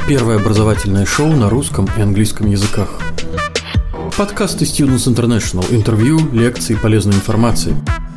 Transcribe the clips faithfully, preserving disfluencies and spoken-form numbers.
Первое образовательное шоу на русском и английском языках. Подкасты Students International. Интервью, лекции, полезной информации.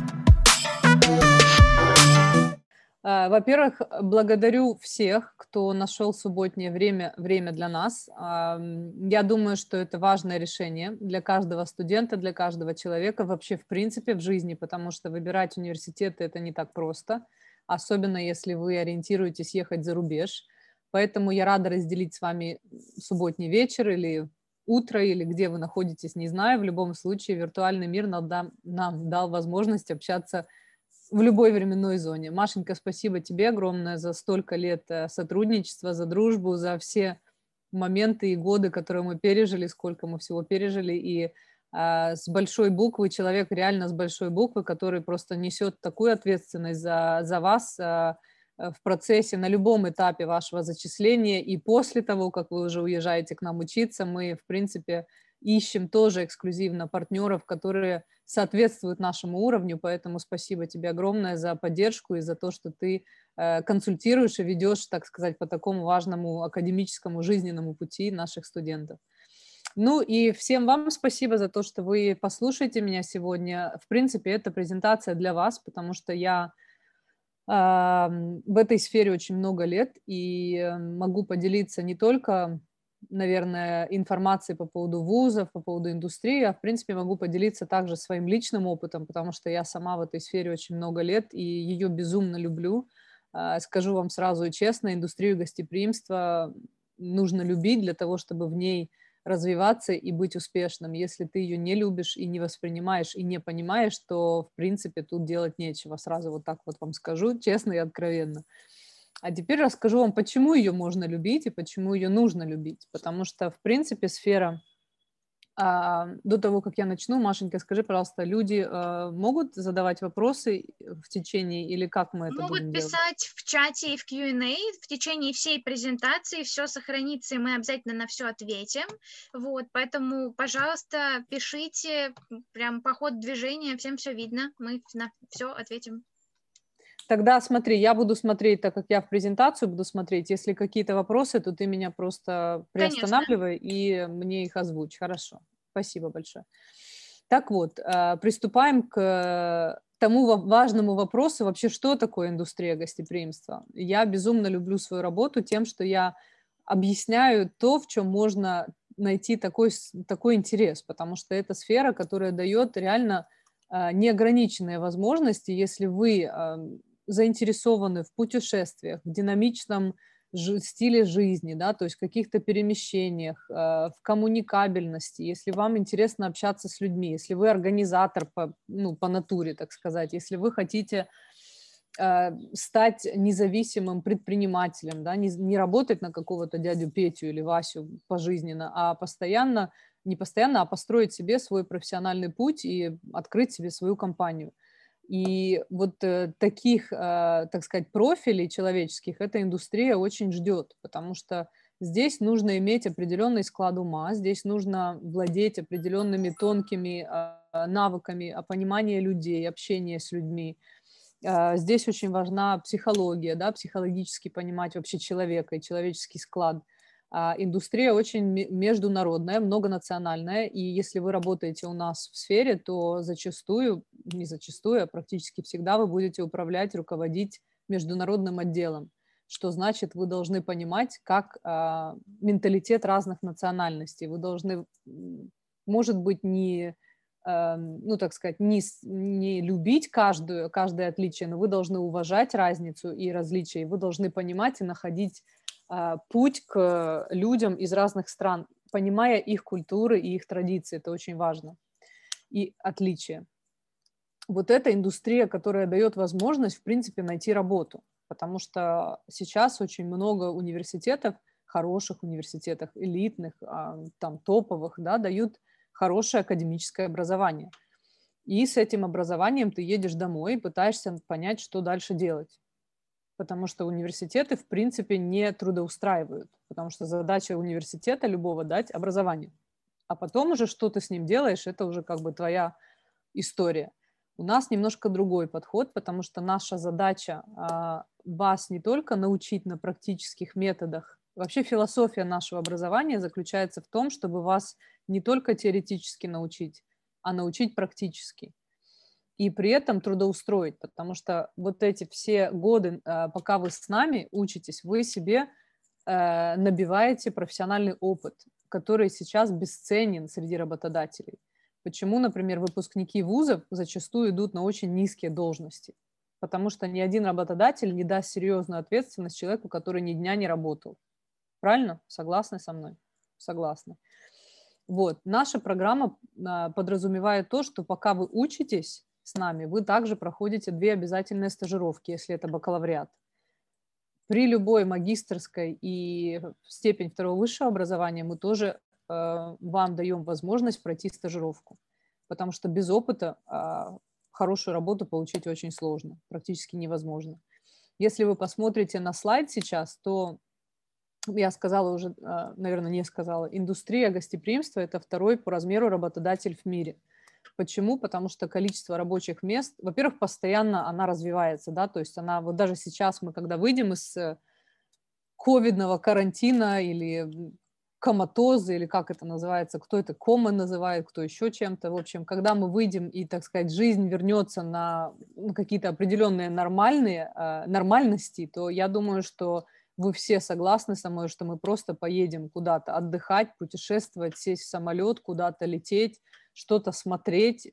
Во-первых, благодарю всех, кто нашел субботнее время, время для нас. Я думаю, что это важное решение для каждого студента, для каждого человека, вообще в принципе в жизни, потому что выбирать университеты – это не так просто, особенно если вы ориентируетесь ехать за рубеж. Поэтому я рада разделить с вами субботний вечер или утро, или где вы находитесь, не знаю. В любом случае виртуальный мир нам, дам, нам дал возможность общаться в любой временной зоне. Машенька, спасибо тебе огромное за столько лет сотрудничества, за дружбу, за все моменты и годы, которые мы пережили, сколько мы всего пережили. И э, с большой буквы, человек реально с большой буквы, который просто несет такую ответственность за, за вас э, в процессе, на любом этапе вашего зачисления. И после того, как вы уже уезжаете к нам учиться, мы, в принципе, ищем тоже эксклюзивно партнеров, которые соответствуют нашему уровню, поэтому спасибо тебе огромное за поддержку и за то, что ты э, консультируешь и ведешь, так сказать, по такому важному академическому жизненному пути наших студентов. Ну и всем вам спасибо за то, что вы послушаете меня сегодня. В принципе, это презентация для вас, потому что я э, в этой сфере очень много лет и могу поделиться не только, наверное, информации по поводу вузов, по поводу индустрии, а в принципе могу поделиться также своим личным опытом, потому что я сама в этой сфере очень много лет и ее безумно люблю. Скажу вам сразу и честно, индустрию гостеприимства нужно любить для того, чтобы в ней развиваться и быть успешным. Если ты ее не любишь и не воспринимаешь, и не понимаешь, то, в принципе, тут делать нечего. Сразу вот так вот вам скажу, честно и откровенно. А теперь расскажу вам, почему ее можно любить и почему ее нужно любить. Потому что, в принципе, сфера... А, до того, как я начну, Машенька, скажи, пожалуйста, люди а, могут задавать вопросы в течение или как мы это Могут будем делать? писать в чате и в кью энд эй в течение всей презентации, все сохранится, и мы обязательно на все ответим. Вот, поэтому, пожалуйста, пишите, прям по ходу движения, всем все видно, мы на все ответим. Тогда смотри, я буду смотреть, так как я в презентацию буду смотреть. Если какие-то вопросы, то ты меня просто приостанавливай и мне их озвучь. Хорошо, спасибо большое. Так вот, приступаем к тому важному вопросу, вообще, что такое индустрия гостеприимства. Я безумно люблю свою работу тем, что я объясняю то, в чем можно найти такой, такой интерес, потому что это сфера, которая дает реально неограниченные возможности, если вы заинтересованы в путешествиях, в динамичном жи- стиле жизни, да, то есть в каких-то перемещениях, э, в коммуникабельности, если вам интересно общаться с людьми, если вы организатор по, ну, по натуре, так сказать, если вы хотите э, стать независимым предпринимателем, да, не, не работать на какого-то дядю Петю или Васю пожизненно, а постоянно, не постоянно, а построить себе свой профессиональный путь и открыть себе свою компанию. И вот э, таких, э, так сказать, профилей человеческих эта индустрия очень ждет, потому что здесь нужно иметь определенный склад ума, здесь нужно владеть определенными тонкими э, навыками понимания людей, общения с людьми. Э, здесь очень важна психология, да, психологически понимать вообще человека и человеческий склад. А индустрия очень международная, многонациональная, и если вы работаете у нас в сфере, то зачастую, не зачастую, а практически всегда вы будете управлять, руководить международным отделом, что значит, вы должны понимать, как а, менталитет разных национальностей. Вы должны, может быть, не, а, ну, так сказать, не, не любить каждую, каждое отличие, но вы должны уважать разницу и различия, и вы должны понимать и находить путь к людям из разных стран, понимая их культуры и их традиции. Это очень важно. И отличия. Вот эта индустрия, которая дает возможность, в принципе, найти работу. Потому что сейчас очень много университетов, хороших университетов, элитных, там, топовых, да, дают хорошее академическое образование. И с этим образованием ты едешь домой и пытаешься понять, что дальше делать. Потому что университеты, в принципе, не трудоустраивают, потому что задача университета любого дать образование. А потом уже что ты с ним делаешь, это уже как бы твоя история. У нас немножко другой подход, потому что наша задача а, вас не только научить на практических методах Вообще философия нашего образования заключается в том, чтобы вас не только теоретически научить, а научить практически. И при этом трудоустроить, потому что вот эти все годы, э, пока вы с нами учитесь, вы себе э, набиваете профессиональный опыт, который сейчас бесценен среди работодателей. Почему, например, выпускники вузов зачастую идут на очень низкие должности? Потому что ни один работодатель не даст серьезную ответственность человеку, который ни дня не работал. Правильно? Согласны со мной? Согласны. Вот. Наша программа а, подразумевает то, что пока вы учитесь с нами, вы также проходите две обязательные стажировки, если это бакалавриат. При любой магистерской и степень второго высшего образования мы тоже э, вам даем возможность пройти стажировку, потому что без опыта э, хорошую работу получить очень сложно, практически невозможно. Если вы посмотрите на слайд сейчас, то я сказала уже, наверное, не сказала, индустрия гостеприимства – это второй по размеру работодатель в мире. Почему? Потому что количество рабочих мест, во-первых, постоянно она развивается, да, то есть она, вот даже сейчас мы, когда выйдем из ковидного карантина или коматозы, или как это называется, кто это кома называет, кто еще чем-то, в общем, когда мы выйдем и, так сказать, жизнь вернется на, на какие-то определенные нормальные, нормальности, то я думаю, что вы все согласны со мной, что мы просто поедем куда-то отдыхать, путешествовать, сесть в самолет, куда-то лететь, что-то смотреть.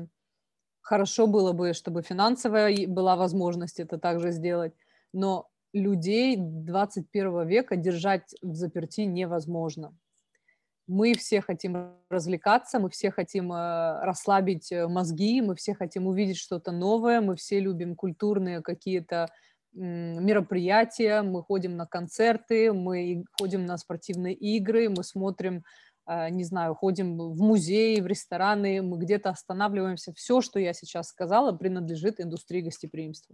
Хорошо было бы, чтобы финансовая была возможность это также сделать, но людей двадцать первого века держать в заперти невозможно. Мы все хотим развлекаться, мы все хотим расслабить мозги, мы все хотим увидеть что-то новое, мы все любим культурные какие-то мероприятия, мы ходим на концерты, мы ходим на спортивные игры, мы смотрим, не знаю, ходим в музеи, в рестораны, мы где-то останавливаемся. Все, что я сейчас сказала, принадлежит индустрии гостеприимства.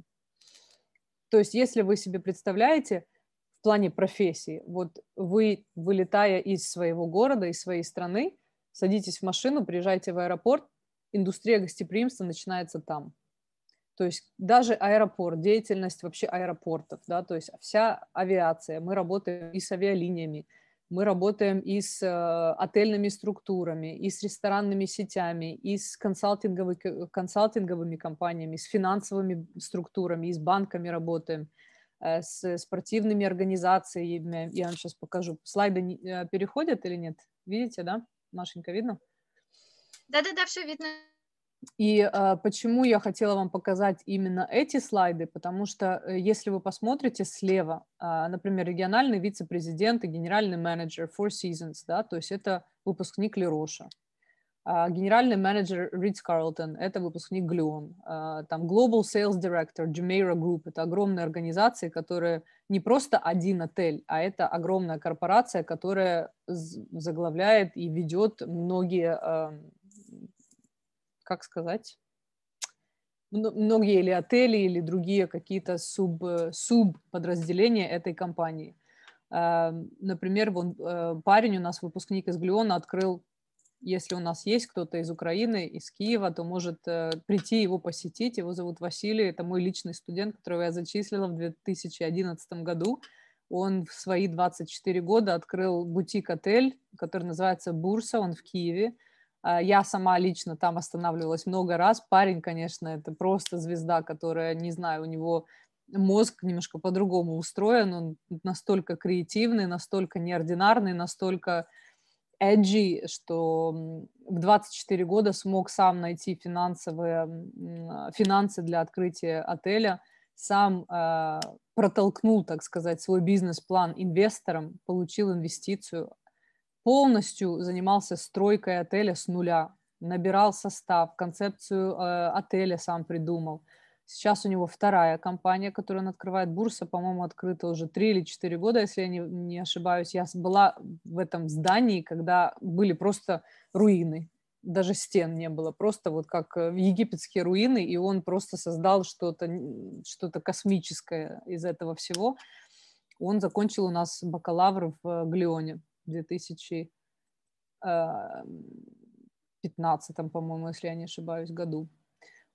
То есть если вы себе представляете в плане профессии, вот вы, вылетая из своего города, из своей страны, садитесь в машину, приезжаете в аэропорт, индустрия гостеприимства начинается там. То есть даже аэропорт, деятельность вообще аэропортов, да, то есть вся авиация, мы работаем и с авиалиниями, мы работаем и с э, отельными структурами, и с ресторанными сетями, и с консалтинговыми, консалтинговыми компаниями, с финансовыми структурами, и с банками работаем, э, с спортивными организациями. Я вам сейчас покажу. Слайды не, э, переходят или нет? Видите, да? Машенька, видно? Да-да-да, все видно. И э, почему я хотела вам показать именно эти слайды, потому что э, если вы посмотрите слева, э, например, региональный вице-президент и генеральный менеджер Four Seasons, да, то есть это выпускник Лероша. Э, генеральный менеджер Ritz-Carlton – это выпускник Глюон. Э, там Global Sales Director Jumeirah Group – это огромные организации, которые не просто один отель, а это огромная корпорация, которая заглавляет и ведет многие… Э, как сказать, многие или отели, или другие какие-то суб, субподразделения этой компании. Например, вон, парень у нас, выпускник из Глюона, открыл, если у нас есть кто-то из Украины, из Киева, то может прийти его посетить. Его зовут Василий, это мой личный студент, которого я зачислила в две тысячи одиннадцатом году. Он в свои двадцать четыре года открыл бутик-отель, который называется «Бурса», он в Киеве. Я сама лично там останавливалась много раз. Парень, конечно, это просто звезда, которая, не знаю, у него мозг немножко по-другому устроен. Он настолько креативный, настолько неординарный, настолько edgy, что в двадцать четыре года смог сам найти финансовые, финансы для открытия отеля, сам э, протолкнул, так сказать, свой бизнес-план инвесторам, получил инвестицию, полностью занимался стройкой отеля с нуля, набирал состав, концепцию э, отеля сам придумал. Сейчас у него вторая компания, которую он открывает, Бурса, по-моему, открыта уже три или четыре года, если я не, не ошибаюсь. Я была в этом здании, когда были просто руины, даже стен не было, просто вот как египетские руины, и он просто создал что-то, что-то космическое из этого всего. Он закончил у нас бакалавр в Глюоне в две тысячи пятнадцатом, по-моему, если я не ошибаюсь, году.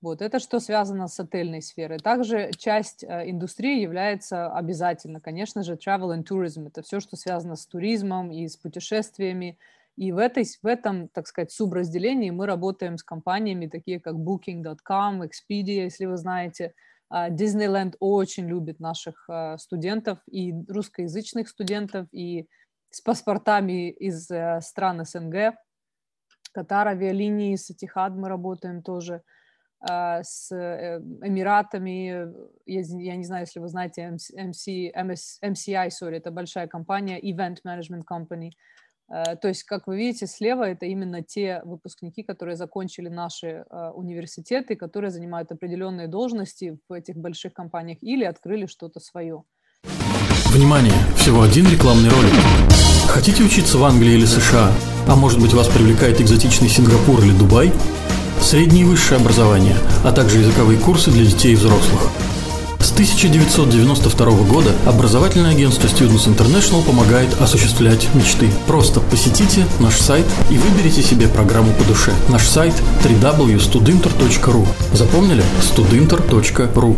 Вот, это что связано с отельной сферой. Также часть э, индустрии является обязательно, конечно же, travel and tourism. Это все, что связано с туризмом и с путешествиями. И в, этой, в этом, так сказать, субразделении мы работаем с компаниями, такие как букинг точка ком, Expedia, если вы знаете. Disneyland очень любит наших э, студентов, и русскоязычных студентов, и с паспортами из э, стран СНГ. Катар, авиалинии, с Этихад мы работаем тоже. С Эмиратами, я не знаю, если вы знаете, эм си ай, sorry, это большая компания, Event Management Company. То есть, как вы видите, слева это именно те выпускники, которые закончили наши университеты, которые занимают определенные должности в этих больших компаниях или открыли что-то свое. Внимание! Всего один рекламный ролик. Хотите учиться в Англии или США? А может быть, вас привлекает экзотичный Сингапур или Дубай? Среднее и высшее образование, а также языковые курсы для детей и взрослых. С тысяча девятьсот девяносто второго года образовательное агентство Students International помогает осуществлять мечты. Просто посетите наш сайт и выберите себе программу по душе. Наш сайт дабл ю дабл ю дабл ю точка студинтер точка ру. Запомнили? студинтер точка ру.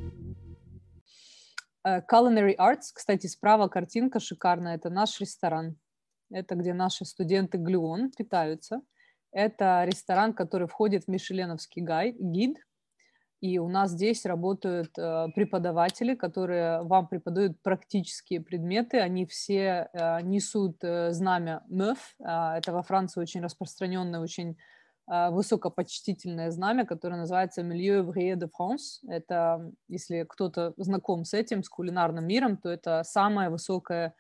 Culinary Arts, кстати, справа картинка шикарная, это наш ресторан. Это где наши студенты Глюон питаются. Это ресторан, который входит в мишеленовский гид, и у нас здесь работают э, преподаватели, которые вам преподают практические предметы. Они все э, несут э, знамя МЭФ, э, это во Франции очень распространенное, очень э, высокопочтительное знамя, которое называется Milieu Ouvrier de France. Это, если кто-то знаком с этим, с кулинарным миром, то это самое высокое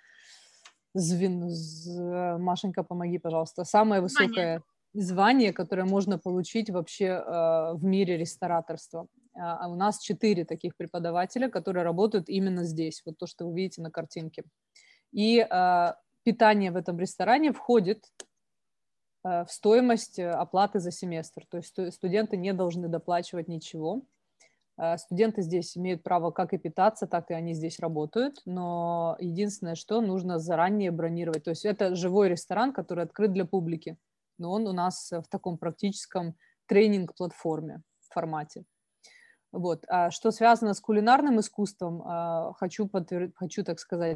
звено. Машенька, помоги, пожалуйста. Самое высокое звание, которое можно получить вообще э, в мире рестораторства. А у нас четыре таких преподавателя, которые работают именно здесь, вот то, что вы видите на картинке. И э, питание в этом ресторане входит э, в стоимость оплаты за семестр, то есть студенты не должны доплачивать ничего. Э, студенты здесь имеют право как и питаться, так и они здесь работают, но единственное, что нужно заранее бронировать, то есть это живой ресторан, который открыт для публики, но он у нас в таком практическом тренинг-платформе формате. Вот. А что связано с кулинарным искусством, хочу, подтвер... хочу так сказать,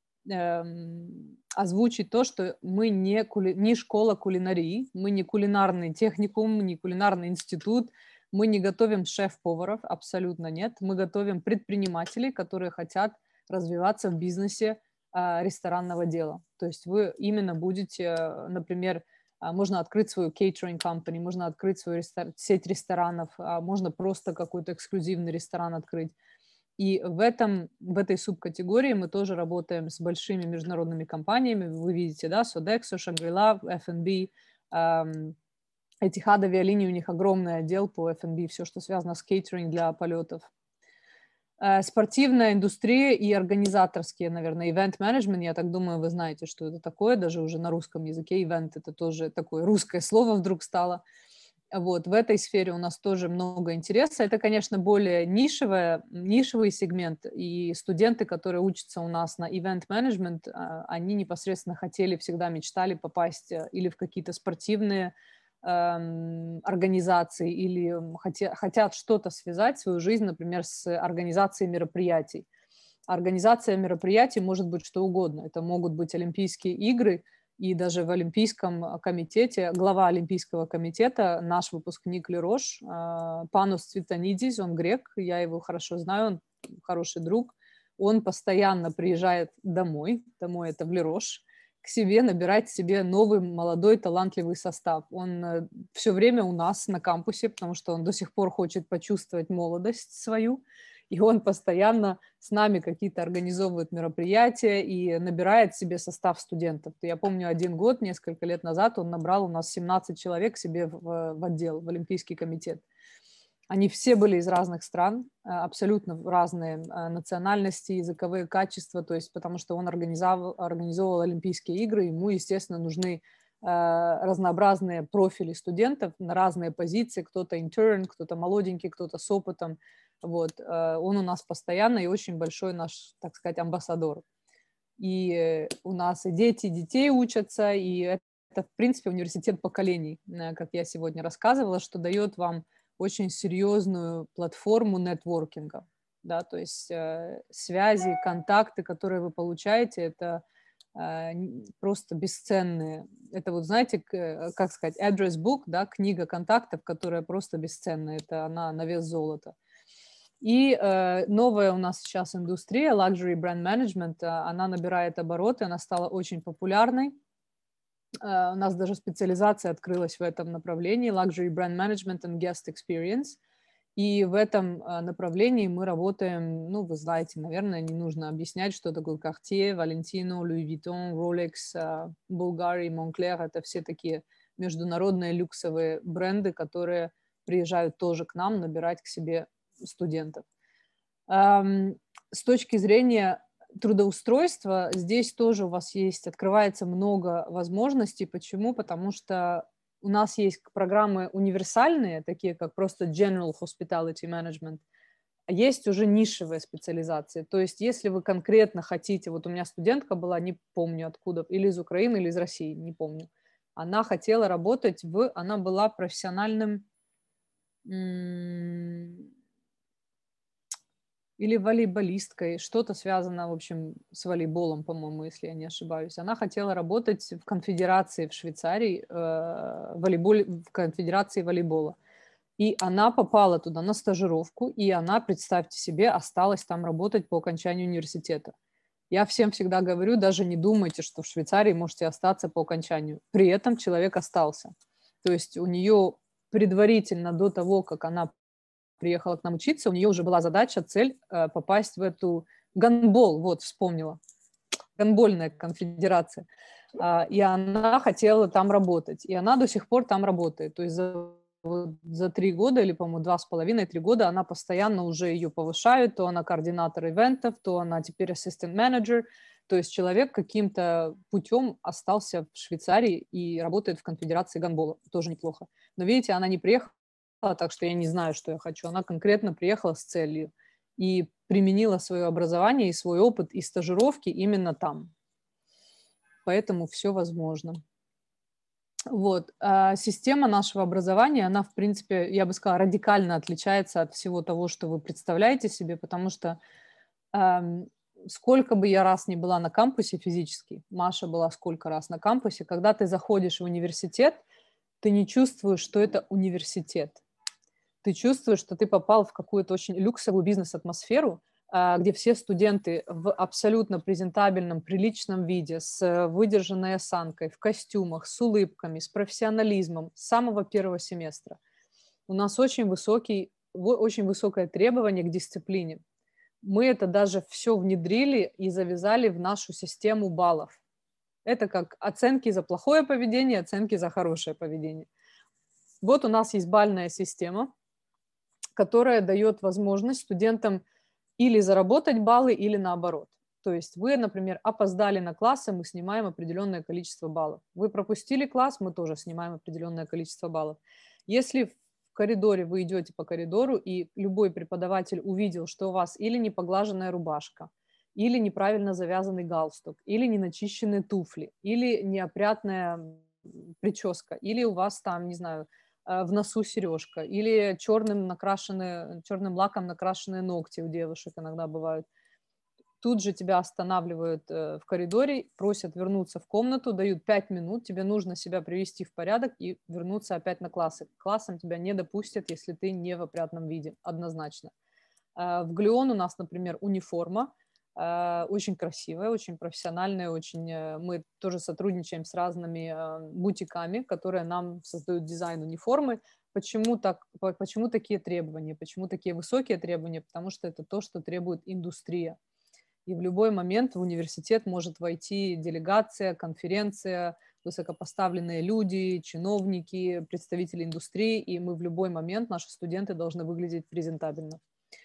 эм, озвучить то, что мы не, кули... не школа кулинарии, мы не кулинарный техникум, не кулинарный институт, мы не готовим шеф-поваров, абсолютно нет. Мы готовим предпринимателей, которые хотят развиваться в бизнесе э, ресторанного дела. То есть вы именно будете, например, можно открыть свою catering company, можно открыть свою рестор... сеть ресторанов, можно просто какой-то эксклюзивный ресторан открыть. И в, этом, в этой субкатегории мы тоже работаем с большими международными компаниями. Вы видите, да, Sodexo, Shangri-La, эф энд би, эм, Etihad авиалинии, у них огромный отдел по эф энд би, все, что связано с кейтеринг для полетов. Спортивная индустрия и организаторские, наверное, ивент-менеджмент, я так думаю, вы знаете, что это такое, даже уже на русском языке ивент это тоже такое русское слово вдруг стало. Вот, в этой сфере у нас тоже много интереса. Это, конечно, более нишевая, нишевый сегмент, и студенты, которые учатся у нас на ивент-менеджмент, они непосредственно хотели, всегда мечтали попасть или в какие-то спортивные организации или хотя, хотят что-то связать, свою жизнь, например, с организацией мероприятий. Организация мероприятий может быть что угодно. Это могут быть Олимпийские игры, и даже в Олимпийском комитете, глава Олимпийского комитета, наш выпускник Лерош, Панос Цветанидис, он грек, я его хорошо знаю, он хороший друг, он постоянно приезжает домой, домой это в Лерош, к себе набирать себе новый молодой талантливый состав. Он все время у нас на кампусе, потому что он до сих пор хочет почувствовать молодость свою, и он постоянно с нами какие-то организовывает мероприятия и набирает себе состав студентов. Я помню, один год, несколько лет назад, он набрал у нас семнадцать человек себе в, в отдел, в Олимпийский комитет. Они все были из разных стран, абсолютно разные национальности, языковые качества, то есть потому что он организовал, организовывал Олимпийские игры, ему, естественно, нужны разнообразные профили студентов на разные позиции, кто-то интерн, кто-то молоденький, кто-то с опытом. Вот. Он у нас постоянно и очень большой наш, так сказать, амбассадор. И у нас и дети, и детей учатся, и это, в принципе, университет поколений, как я сегодня рассказывала, что дает вам очень серьезную платформу нетворкинга, да, то есть э, связи, контакты, которые вы получаете, это э, просто бесценные. Это вот, знаете, к, как сказать, address book, да, книга контактов, которая просто бесценная, это она на вес золота. И э, новая у нас сейчас индустрия, luxury brand management, она набирает обороты, она стала очень популярной. Uh, у нас даже специализация открылась в этом направлении, Luxury Brand Management and Guest Experience. И в этом uh, направлении мы работаем, ну, вы знаете, наверное, не нужно объяснять, что такое Cartier, Valentino, Louis Vuitton, Rolex, uh, Bulgari, Moncler. Это все такие международные люксовые бренды, которые приезжают тоже к нам набирать к себе студентов. Um, с точки зрения трудоустройства, здесь тоже у вас есть, открывается много возможностей. Почему? Потому что у нас есть программы универсальные, такие как просто General Hospitality Management, а есть уже нишевые специализации. То есть если вы конкретно хотите, вот у меня студентка была, не помню откуда, или из Украины, или из России, не помню, она хотела работать в, она была профессиональным м- или волейболисткой, что-то связано, в общем, с волейболом, по-моему, если я не ошибаюсь. Она хотела работать в конфедерации в Швейцарии, э, волейболе, в конфедерации волейбола. И она попала туда на стажировку, и она, представьте себе, осталась там работать по окончанию университета. Я всем всегда говорю, даже не думайте, что в Швейцарии можете остаться по окончанию. При этом человек остался. То есть у нее предварительно, до того, как она приехала к нам учиться, у нее уже была задача, цель э, попасть в эту гандбол, вот, вспомнила, гандбольная конфедерация. А, и она хотела там работать. И она до сих пор там работает. То есть за, вот, за три года, или, по-моему, два с половиной, три года она постоянно уже ее повышают. То она координатор ивентов, то она теперь ассистент менеджер. То есть человек каким-то путем остался в Швейцарии и работает в конфедерации гандбола. Тоже неплохо. Но, видите, она не приехала, так что я не знаю, что я хочу. Она конкретно приехала с целью и применила свое образование и свой опыт и стажировки именно там. Поэтому все возможно. Вот. А система нашего образования, она, в принципе, я бы сказала, радикально отличается от всего того, что вы представляете себе, потому что эм, сколько бы я раз ни была на кампусе физически, Маша была сколько раз на кампусе, когда ты заходишь в университет, ты не чувствуешь, что это университет. Ты чувствуешь, что ты попал в какую-то очень люксовую бизнес-атмосферу, где все студенты в абсолютно презентабельном, приличном виде, с выдержанной осанкой, в костюмах, с улыбками, с профессионализмом с самого первого семестра. У нас очень, высокий, очень высокое требование к дисциплине. Мы это даже все внедрили и завязали в нашу систему баллов. Это как оценки за плохое поведение, оценки за хорошее поведение. Вот у нас есть бальная система, которая дает возможность студентам или заработать баллы, или наоборот. То есть вы, например, опоздали на классы, мы снимаем определенное количество баллов. Вы пропустили класс, мы тоже снимаем определенное количество баллов. Если в коридоре вы идете по коридору, и любой преподаватель увидел, что у вас или непоглаженная рубашка, или неправильно завязанный галстук, или неначищенные туфли, или неопрятная прическа, или у вас там, не знаю, в носу сережка, или черным, накрашенные, черным лаком накрашенные ногти у девушек иногда бывают. Тут же тебя останавливают в коридоре, просят вернуться в комнату, дают пять минут, тебе нужно себя привести в порядок и вернуться опять на классы. К классам тебя не допустят, если ты не в опрятном виде, однозначно. В Глион у нас, например, униформа, очень красивая, очень профессиональная, очень... Мы тоже сотрудничаем с разными бутиками, которые нам создают дизайн униформы. Почему, так, почему такие требования? Почему такие высокие требования? Потому что это то, что требует индустрия. И в любой момент в университет может войти делегация, конференция, высокопоставленные люди, чиновники, представители индустрии, и мы в любой момент, наши студенты должны выглядеть презентабельно.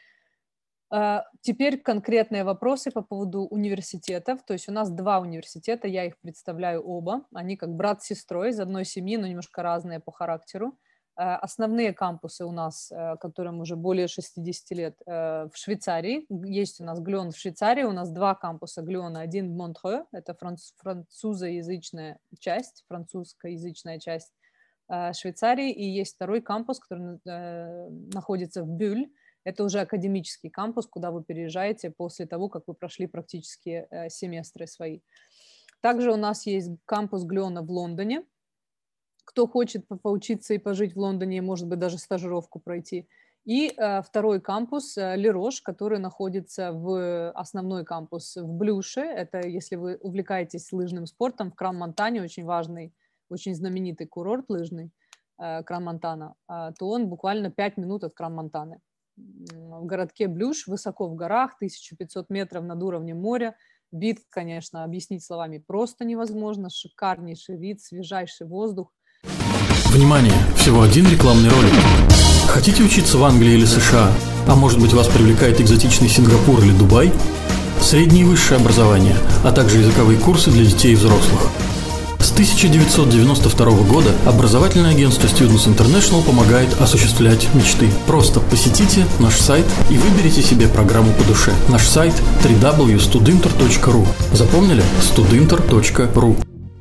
Теперь конкретные вопросы по поводу университетов. То есть у нас два университета, я их представляю оба. Они как брат с сестрой из одной семьи, но немножко разные по характеру. Основные кампусы у нас, которым уже более шестидесяти лет, в Швейцарии. Есть у нас Глион в Швейцарии, у нас два кампуса Глиона. Один в Монтрeux, это французоязычная часть, французскоязычная часть. Швейцарии, и есть второй кампус, который находится в Бюль. Это уже академический кампус, куда вы переезжаете после того, как вы прошли практические семестры свои. Также у нас есть кампус Глиона в Лондоне. Кто хочет поучиться и пожить в Лондоне, может быть, даже стажировку пройти. И э, второй кампус э, Лерош, который находится в основной кампус в Блюше. Это если вы увлекаетесь лыжным спортом, в Кран-Монтане, очень важный, очень знаменитый курорт лыжный, э, Кран-Монтана, э, то он буквально пять минут от Кран-Монтаны. В городке Блюш, высоко в горах, тысяча пятьсот метров над уровнем моря. Вид, конечно, объяснить словами просто невозможно. Шикарнейший вид, свежайший воздух. Внимание! Всего один рекламный ролик. Хотите учиться в Англии или США? А может быть, вас привлекает экзотичный Сингапур или Дубай? Среднее и высшее образование, а также языковые курсы для детей и взрослых. С тысяча девятьсот девяносто второго года образовательное агентство Students International помогает осуществлять мечты. Просто посетите наш сайт и выберите себе программу по душе. Наш сайт дабл ю дабл ю дабл ю точка студинтер точка ру. Запомнили? студинтер точка ру.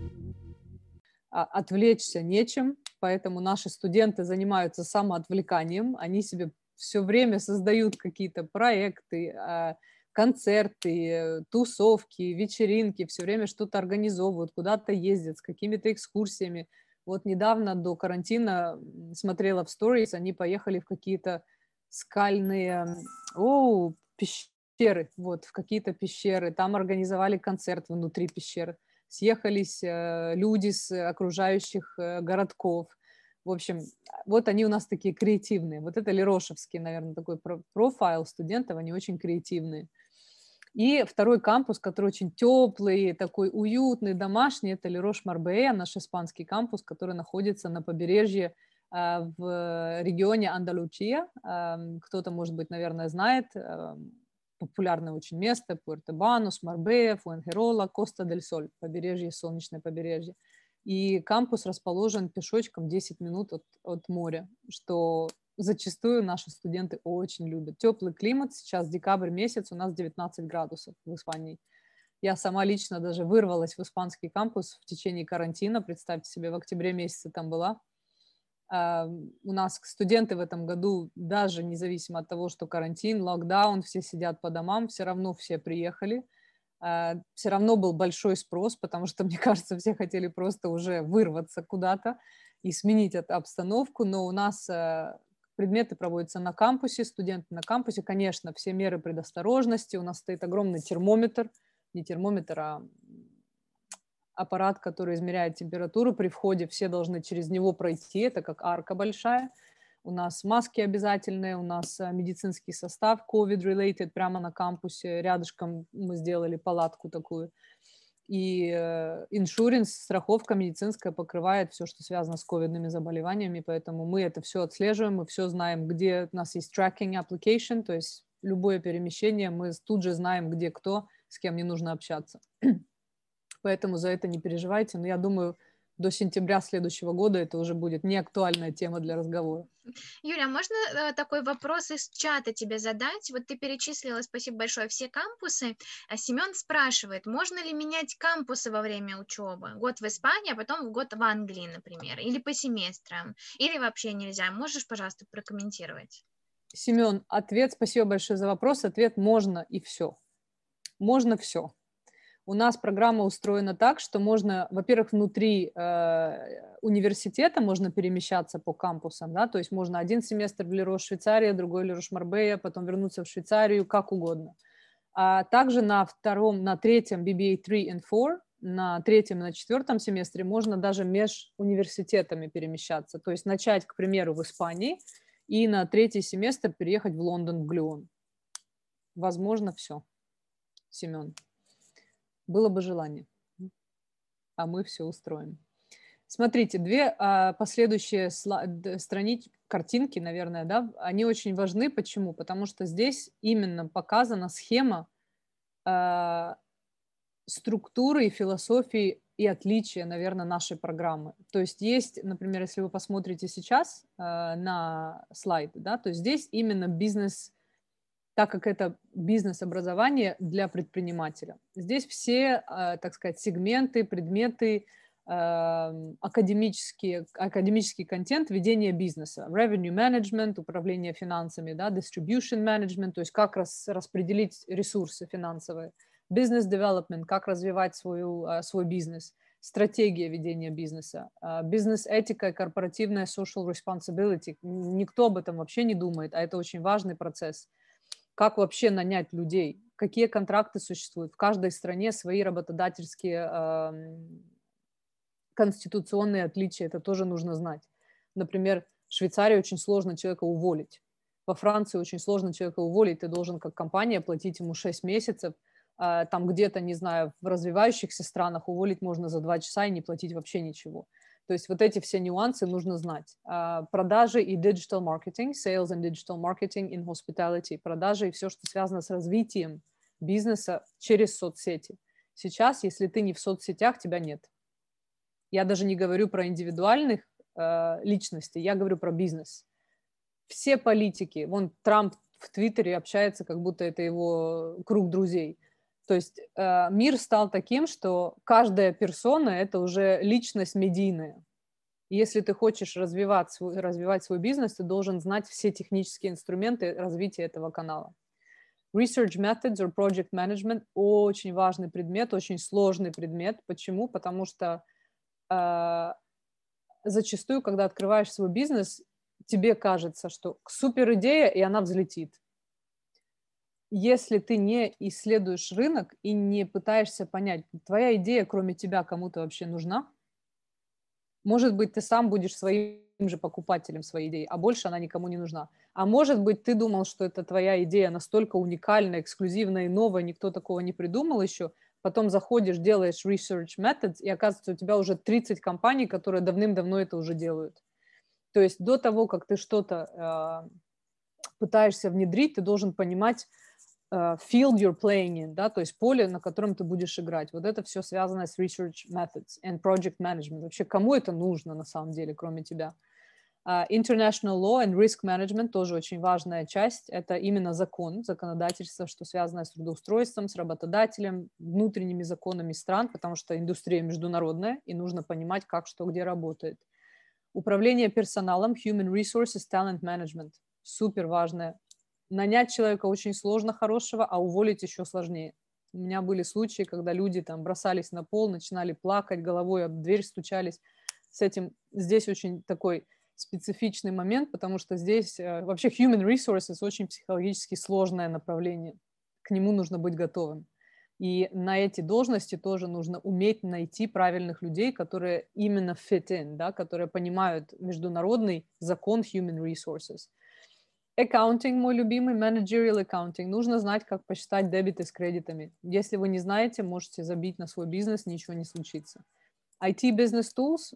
Отвлечься нечем, поэтому наши студенты занимаются самоотвлеканием. Они себе все время создают какие-то проекты, концерты, тусовки, вечеринки, все время что-то организовывают, куда-то ездят с какими-то экскурсиями. Вот недавно до карантина смотрела в сторис, они поехали в какие-то скальные о, пещеры, вот, в какие-то пещеры, там организовали концерт внутри пещеры. Съехались люди с окружающих городков. В общем, вот они у нас такие креативные. Вот это лерошевский, наверное, такой профайл студентов, они очень креативные. И второй кампус, который очень теплый, такой уютный, домашний, это Лерош Марбея, наш испанский кампус, который находится на побережье в регионе Андалусия. Кто-то, может быть, наверное, знает, популярное очень место, Пуэрто-Банус, Марбея, Фуэнхерола, Коста-дель-Соль, побережье, солнечное побережье. И кампус расположен пешочком десять минут от, от моря, что зачастую наши студенты очень любят. Теплый климат, сейчас декабрь месяц, у нас девятнадцать градусов в Испании. Я сама лично даже вырвалась в испанский кампус в течение карантина, представьте себе, в октябре месяце там была. У нас студенты в этом году, даже независимо от того, что карантин, локдаун, все сидят по домам, все равно все приехали. Все равно был большой спрос, потому что, мне кажется, все хотели просто уже вырваться куда-то и сменить эту обстановку. Но у нас предметы проводятся на кампусе, студенты на кампусе. Конечно, все меры предосторожности. У нас стоит огромный термометр, не термометр, а аппарат, который измеряет температуру при входе, все должны через него пройти, это как арка большая. У нас маски обязательные, у нас медицинский состав ковид-related прямо на кампусе, рядышком мы сделали палатку такую. И иншуренс, страховка медицинская покрывает все, что связано с ковидными заболеваниями, поэтому мы это все отслеживаем, мы все знаем, где у нас есть tracking application, то есть любое перемещение, мы тут же знаем, где кто, с кем не нужно общаться. Поэтому за это не переживайте. Но я думаю, до сентября следующего года это уже будет не актуальная тема для разговора. Юля, можно э, такой вопрос из чата тебе задать? Вот ты перечислила, спасибо большое, все кампусы. А Семен спрашивает, можно ли менять кампусы во время учебы? Год в Испании, а потом год в Англии, например. Или по семестрам. Или вообще нельзя. Можешь, пожалуйста, прокомментировать? Семен, ответ, спасибо большое за вопрос. Ответ можно и все. Можно все. У нас программа устроена так, что можно, во-первых, внутри э, университета можно перемещаться по кампусам, да, то есть можно один семестр в Лерош, Швейцария, другой Лерош, Марбея, потом вернуться в Швейцарию, как угодно. А также на втором, на третьем би би эй три и четыре, на третьем и на четвертом семестре можно даже между университетами перемещаться, то есть начать, к примеру, в Испании и на третий семестр переехать в Лондон, в Глион. Возможно, все, Семен. Было бы желание, а мы все устроим. Смотрите, две а, последующие сла- страниц, картинки, наверное, да, они очень важны. Почему? Потому что здесь именно показана схема а, структуры и философии и отличия, наверное, нашей программы. То есть есть, например, если вы посмотрите сейчас а, на слайд, да, то здесь именно бизнес, так как это бизнес-образование для предпринимателя. Здесь все, так сказать, сегменты, предметы академический, академический контент ведения бизнеса, revenue management, управление финансами, да, distribution management, то есть как рас, распределить ресурсы финансовые, business development, как развивать свою, свой бизнес, стратегия ведения бизнеса, бизнес-этика и корпоративная social responsibility. Никто об этом вообще не думает, а это очень важный процесс. Как вообще нанять людей, какие контракты существуют. В каждой стране свои работодательские конституционные отличия, это тоже нужно знать. Например, в Швейцарии очень сложно человека уволить. Во Франции очень сложно человека уволить. Ты должен как компания платить ему шесть месяцев. Там где-то, не знаю, в развивающихся странах уволить можно за два часа и не платить вообще ничего. То есть вот эти все нюансы нужно знать. Продажи и digital marketing, sales and digital marketing in hospitality. Продажи и все, что связано с развитием бизнеса через соцсети. Сейчас, если ты не в соцсетях, тебя нет. Я даже не говорю про индивидуальных э, личностей, я говорю про бизнес. Все политики, вон Трамп в Твиттере общается, как будто это его круг друзей. То есть э, мир стал таким, что каждая персона – это уже личность медийная. И если ты хочешь развивать свой, развивать свой бизнес, ты должен знать все технические инструменты развития этого канала. Research methods or project management – очень важный предмет, очень сложный предмет. Почему? Потому что зачастую, когда открываешь свой бизнес, тебе кажется, что супер идея, и она взлетит. Если ты не исследуешь рынок и не пытаешься понять, твоя идея, кроме тебя, кому-то вообще нужна, может быть, ты сам будешь своим же покупателем своей идеи, а больше она никому не нужна. А может быть, ты думал, что это твоя идея настолько уникальная, эксклюзивная и новая, никто такого не придумал еще. Потом заходишь, делаешь research methods, и оказывается, у тебя уже тридцать компаний, которые давным-давно это уже делают. То есть до того, как ты что-то э, пытаешься внедрить, ты должен понимать э, field you're playing in, да, то есть поле, на котором ты будешь играть. Вот это все связано с research methods and project management. Вообще, кому это нужно на самом деле, кроме тебя? Uh, international law and risk management тоже очень важная часть. Это именно закон, законодательство, что связано с трудоустройством, с работодателем, внутренними законами стран, потому что индустрия международная, и нужно понимать, как, что, где работает. Управление персоналом, human resources, talent management. Супер важное. Нанять человека очень сложно хорошего, а уволить еще сложнее. У меня были случаи, когда люди там бросались на пол, начинали плакать, головой об дверь стучались. С этим здесь очень такой специфичный момент, потому что здесь э, вообще human resources очень психологически сложное направление. К нему нужно быть готовым. И на эти должности тоже нужно уметь найти правильных людей, которые именно fit in, да, которые понимают международный закон human resources. Accounting, мой любимый, managerial accounting. Нужно знать, как посчитать дебиты с кредитами. Если вы не знаете, можете забить на свой бизнес, ничего не случится. ай ти business tools.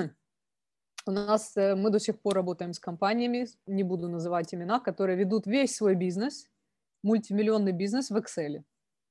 У нас мы до сих пор работаем с компаниями, не буду называть имена, которые ведут весь свой бизнес, мультимиллионный бизнес в Excel.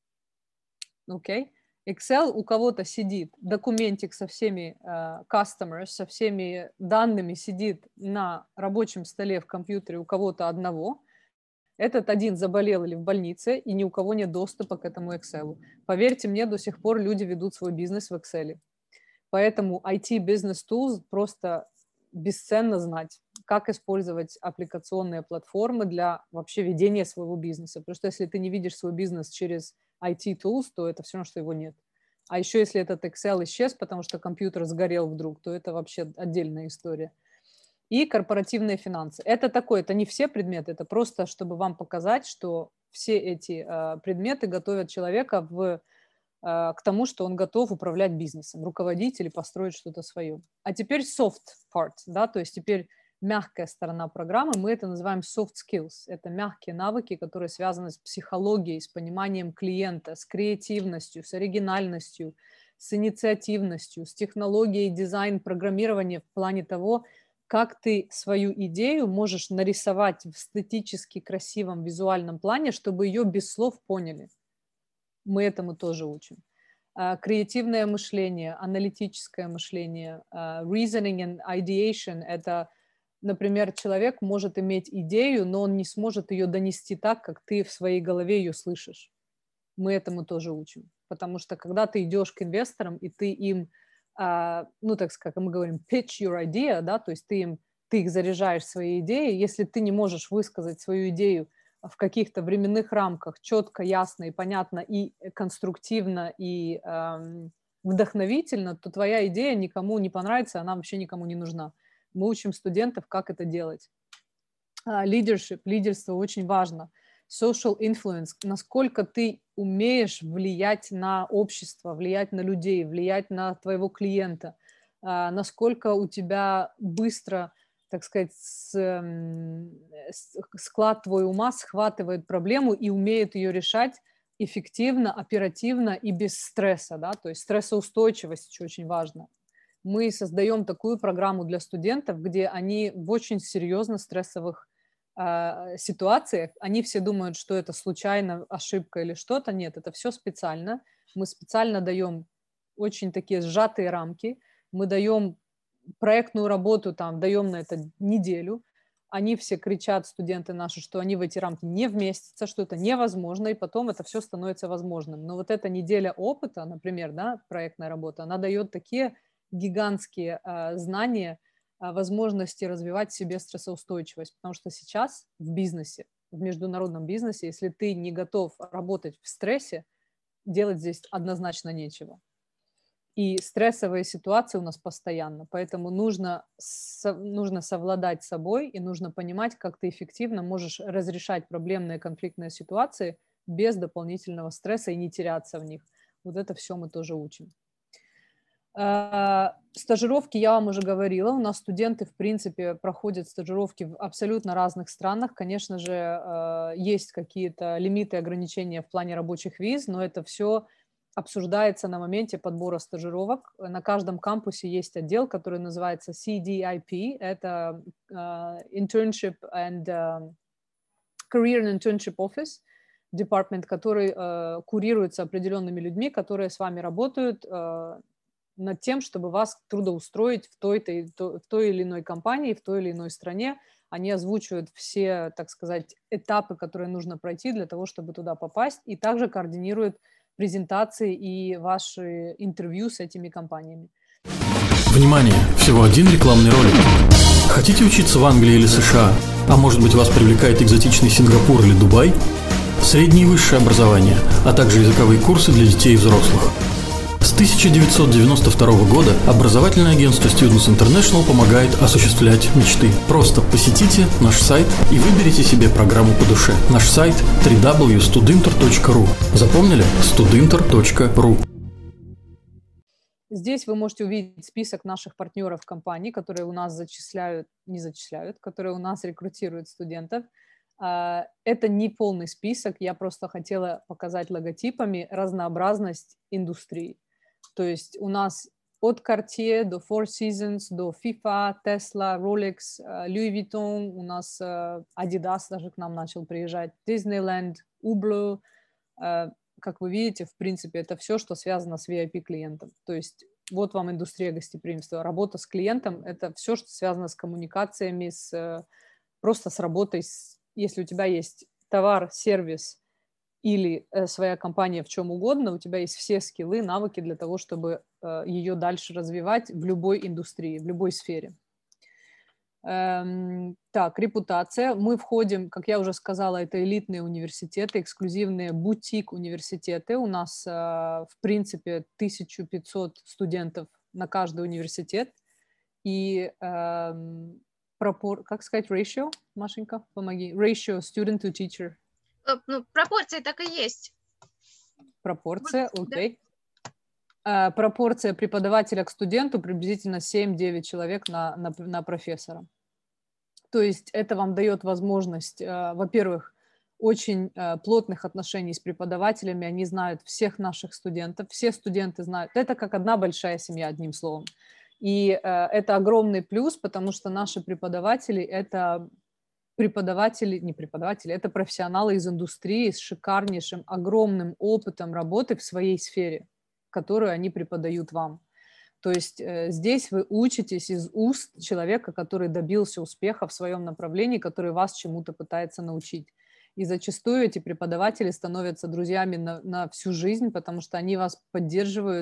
Окей? Okay? Excel у кого-то сидит, документик со всеми uh, customers, со всеми данными сидит на рабочем столе в компьютере у кого-то одного. Этот один заболел или в больнице, и ни у кого нет доступа к этому Excel. Поверьте мне, до сих пор люди ведут свой бизнес в Excel. Поэтому ай ти Business Tools просто бесценно знать, как использовать аппликационные платформы для вообще ведения своего бизнеса. Потому что если ты не видишь свой бизнес через ай ти Tools, то это все равно, что его нет. А еще если этот Excel исчез, потому что компьютер сгорел вдруг, то это вообще отдельная история. И корпоративные финансы. Это такое, это не все предметы, это просто, чтобы вам показать, что все эти э, предметы готовят человека в к тому, что он готов управлять бизнесом, руководить или построить что-то свое. А теперь soft part, да, то есть теперь мягкая сторона программы, мы это называем soft skills. Это мягкие навыки, которые связаны с психологией, с пониманием клиента, с креативностью, с оригинальностью, с инициативностью, с технологией, дизайн, программирование в плане того, как ты свою идею можешь нарисовать в эстетически красивом визуальном плане, чтобы ее без слов поняли. Мы этому тоже учим. Uh, креативное мышление, аналитическое мышление, uh, reasoning and ideation – это, например, человек может иметь идею, но он не сможет ее донести так, как ты в своей голове ее слышишь. Мы этому тоже учим. Потому что когда ты идешь к инвесторам, и ты им ну, так сказать, как мы говорим, pitch your idea, да, то есть ты, им, ты их заряжаешь своей идеей. Если ты не можешь высказать свою идею в каких-то временных рамках четко, ясно и понятно, и конструктивно, и эм, вдохновительно, то твоя идея никому не понравится, она вообще никому не нужна. Мы учим студентов, как это делать. Leadership, лидерство очень важно. Social influence, насколько ты умеешь влиять на общество, влиять на людей, влиять на твоего клиента, насколько у тебя быстро, так сказать, склад твоего ума схватывает проблему и умеет ее решать эффективно, оперативно и без стресса, да, то есть стрессоустойчивость еще очень важно. Мы создаем такую программу для студентов, где они в очень серьезно стрессовых э, ситуациях, они все думают, что это случайно ошибка или что-то. Нет, это все специально. Мы специально даем очень такие сжатые рамки. Мы даем проектную работу, там, даем на это неделю. Они все кричат, студенты наши, что они в эти рамки не вместятся, что это невозможно, и потом это все становится возможным. Но вот эта неделя опыта, например, да, проектная работа, она дает такие гигантские э, знания, э, возможности развивать в себе стрессоустойчивость, потому что сейчас в бизнесе, в международном бизнесе, если ты не готов работать в стрессе, делать здесь однозначно нечего. И стрессовые ситуации у нас постоянно, поэтому нужно, со, нужно совладать с собой и нужно понимать, как ты эффективно можешь разрешать проблемные конфликтные ситуации без дополнительного стресса и не теряться в них. Вот это все мы тоже учим. Стажировки, я вам уже говорила, у нас студенты, в принципе, проходят стажировки в абсолютно разных странах. Конечно же, есть какие-то лимиты, ограничения в плане рабочих виз, но это все обсуждается на моменте подбора стажировок. На каждом кампусе есть отдел, который называется си ди ай пи, это Internship and Career and Internship Office, департамент, который курируется определенными людьми, которые с вами работают над тем, чтобы вас трудоустроить в той, в той или иной компании, в той или иной стране. Они озвучивают все, так сказать, этапы, которые нужно пройти для того, чтобы туда попасть, и также координируют презентации и ваши интервью с этими компаниями. Внимание! Всего один рекламный ролик. Хотите учиться в Англии или США? А может быть, вас привлекает экзотичный Сингапур или Дубай? Среднее и высшее образование, а также языковые курсы для детей и взрослых. С тысяча девятьсот девяносто второго года образовательное агентство Students International помогает осуществлять мечты. Просто посетите наш сайт и выберите себе программу по душе. Наш сайт дабл ю дабл ю дабл ю точка студинтер точка ру. Запомнили? студинтер точка ру. Здесь вы можете увидеть список наших партнеров компаний, которые у нас зачисляют, не зачисляют, которые у нас рекрутируют студентов. Это не полный список, я просто хотела показать логотипами разнообразность индустрии. То есть у нас от Cartier до Four Seasons, до FIFA, Tesla, Rolex, Louis Vuitton, у нас Adidas даже к нам начал приезжать, Disneyland, Hublot. Как вы видите, в принципе, это все, что связано с ви ай пи-клиентом. То есть вот вам индустрия гостеприимства. Работа с клиентом – это все, что связано с коммуникациями, с, просто с работой. С, если у тебя есть товар, сервис, или э, своя компания в чем угодно, у тебя есть все скиллы, навыки для того, чтобы э, ее дальше развивать в любой индустрии, в любой сфере. Эм, так, репутация. Мы входим, как я уже сказала, это элитные университеты, эксклюзивные бутик-университеты. У нас, э, в принципе, тысяча пятьсот студентов на каждый университет. И э, пропор... как сказать, ratio, Машенька, помоги. Ratio student to teacher. Ну, пропорции так и есть. Пропорция, окей. Да. А, пропорция преподавателя к студенту приблизительно семь-девять человек на, на, на профессора. То есть это вам дает возможность, а, во-первых, очень а, плотных отношений с преподавателями. Они знают всех наших студентов, все студенты знают. Это как одна большая семья, одним словом. И а, это огромный плюс, потому что наши преподаватели – это... преподаватели, не преподаватели, это профессионалы из индустрии с шикарнейшим, огромным опытом работы в своей сфере, которую они преподают вам. То есть э, здесь вы учитесь из уст человека, который добился успеха в своем направлении, который вас чему-то пытается научить. И зачастую эти преподаватели становятся друзьями на, на всю жизнь, потому что они вас поддерживают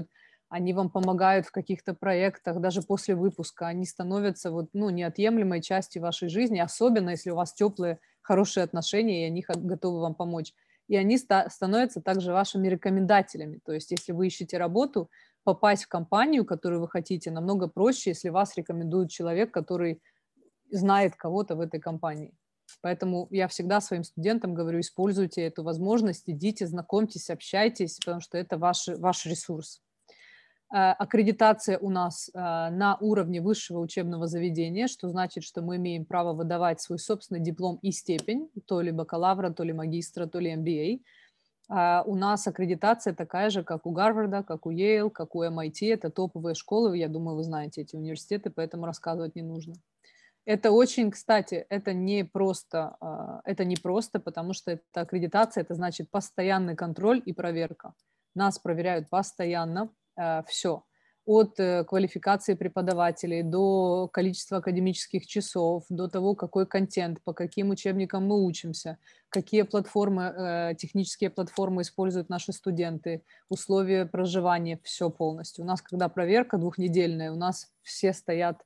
они вам помогают в каких-то проектах, даже после выпуска, они становятся вот, ну, неотъемлемой частью вашей жизни, особенно если у вас теплые, хорошие отношения, и они х- готовы вам помочь. И они ста- становятся также вашими рекомендателями. То есть если вы ищете работу, попасть в компанию, которую вы хотите, намного проще, если вас рекомендует человек, который знает кого-то в этой компании. Поэтому я всегда своим студентам говорю, используйте эту возможность, идите, знакомьтесь, общайтесь, потому что это ваш, ваш ресурс. Э, Аккредитация у нас э, на уровне высшего учебного заведения, что значит, что мы имеем право выдавать свой собственный диплом и степень, то ли бакалавра, то ли магистра, то ли эм би эй. А у нас аккредитация такая же, как у Гарварда, как у Йейл, как у эм ай ти. Это топовые школы, я думаю, вы знаете эти университеты, поэтому рассказывать не нужно. Это очень, кстати, это не просто, а, это не просто, потому что это аккредитация, это значит постоянный контроль и проверка. Нас проверяют постоянно, все, от э, квалификации преподавателей до количества академических часов, до того, какой контент, по каким учебникам мы учимся, какие платформы, э, технические платформы используют наши студенты, условия проживания, все полностью. У нас, когда проверка двухнедельная, у нас все стоят,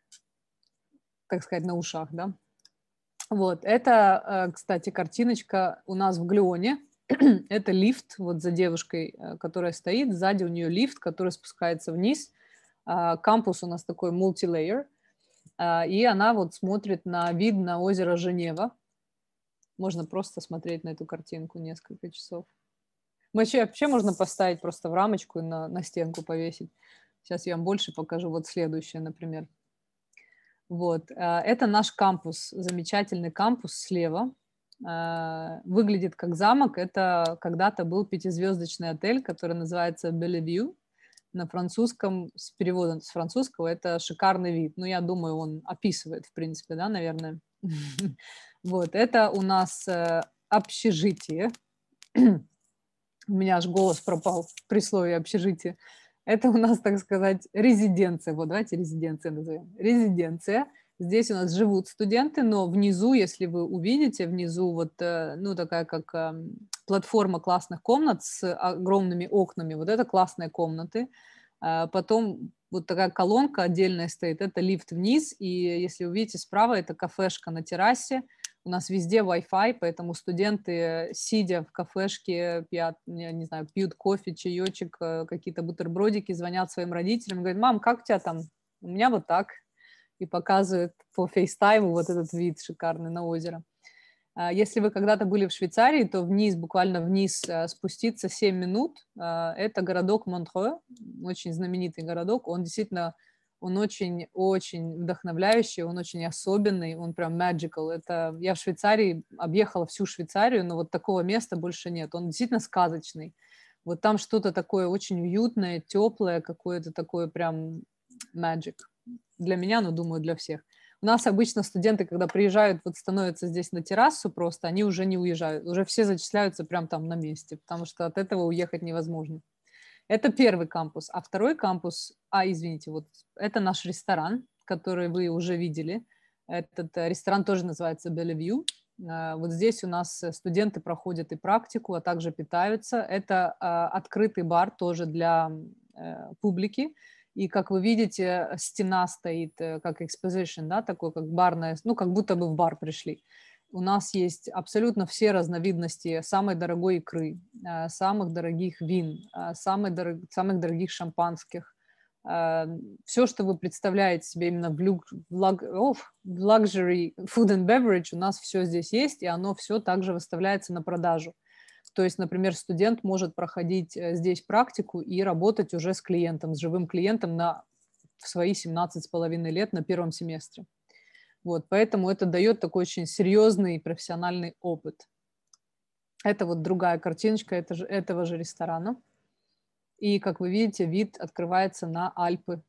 так сказать, на ушах, да. Вот, это, э, кстати, картиночка у нас в Глионе. Это лифт, вот за девушкой, э, которая стоит, сзади у нее лифт, который спускается вниз. А, Кампус у нас такой multi-layer, а, и она вот смотрит на вид на озеро Женева. Можно просто смотреть на эту картинку несколько часов. Вообще, вообще можно поставить просто в рамочку и на, на стенку повесить. Сейчас я вам больше покажу. Вот следующее, например. Вот, а, это наш кампус, замечательный кампус слева. А, Выглядит как замок. Это когда-то был пятизвездочный отель, который называется Bellevue. На французском, с переводом с французского, это шикарный вид. Ну, я думаю, он описывает, в принципе, да, наверное. Вот, это у нас э, общежитие. У меня аж голос пропал при слове общежитие. Это у нас, так сказать, резиденция. Вот давайте резиденция назовем. Резиденция. Здесь у нас живут студенты, но внизу, если вы увидите, внизу вот, э, ну, такая как эм, платформа классных комнат с огромными окнами. Вот это классные комнаты. А Потом вот такая колонка отдельная стоит. Это лифт вниз. И если увидите справа, это кафешка на террасе. У нас везде Wi-Fi, поэтому студенты, сидя в кафешке, пьют, я не знаю, пьют кофе, чаечек, э, какие-то бутербродики, звонят своим родителям, говорят: мам, как у тебя там? У меня вот так. И показывают по фейстайму вот этот вид шикарный на озеро. А Если вы когда-то были в Швейцарии, то вниз, буквально вниз э, спуститься семь минут. Э, Это городок Монтрeux, очень знаменитый городок. Он действительно, он очень-очень вдохновляющий, он очень особенный, он прям magical. Это я в Швейцарии объехала всю Швейцарию, но вот такого места больше нет. Он действительно сказочный. Вот там что-то такое очень уютное, теплое, какое-то такое прям magic. Для меня, но думаю, для всех. У нас обычно студенты, когда приезжают, вот становятся здесь на террасу просто, они уже не уезжают, уже все зачисляются прямо там на месте, потому что от этого уехать невозможно. Это первый кампус. А второй кампус, а, извините, вот это наш ресторан, который вы уже видели. Этот э, ресторан тоже называется Bellevue. Э, Вот здесь у нас э, студенты проходят и практику, а также питаются. Это э, открытый бар тоже для э, публики. И, как вы видите, стена стоит э, как exposition, да, такой как барная, ну, как будто бы в бар пришли. У нас есть абсолютно все разновидности самой дорогой икры, э, самых дорогих вин, э, самой дорог- самых дорогих шампанских. Все, что вы представляете себе именно в, люк- в лаг- оф, в luxury food and beverage, у нас все здесь есть, и оно все также выставляется на продажу. То есть, например, студент может проходить э, здесь практику и работать уже с клиентом, с живым клиентом на, в свои семнадцать с половиной лет на первом семестре. Вот, поэтому это дает такой очень серьезный профессиональный опыт. Это вот другая картиночка это же, этого же ресторана. И, как вы видите, вид открывается на Альпы.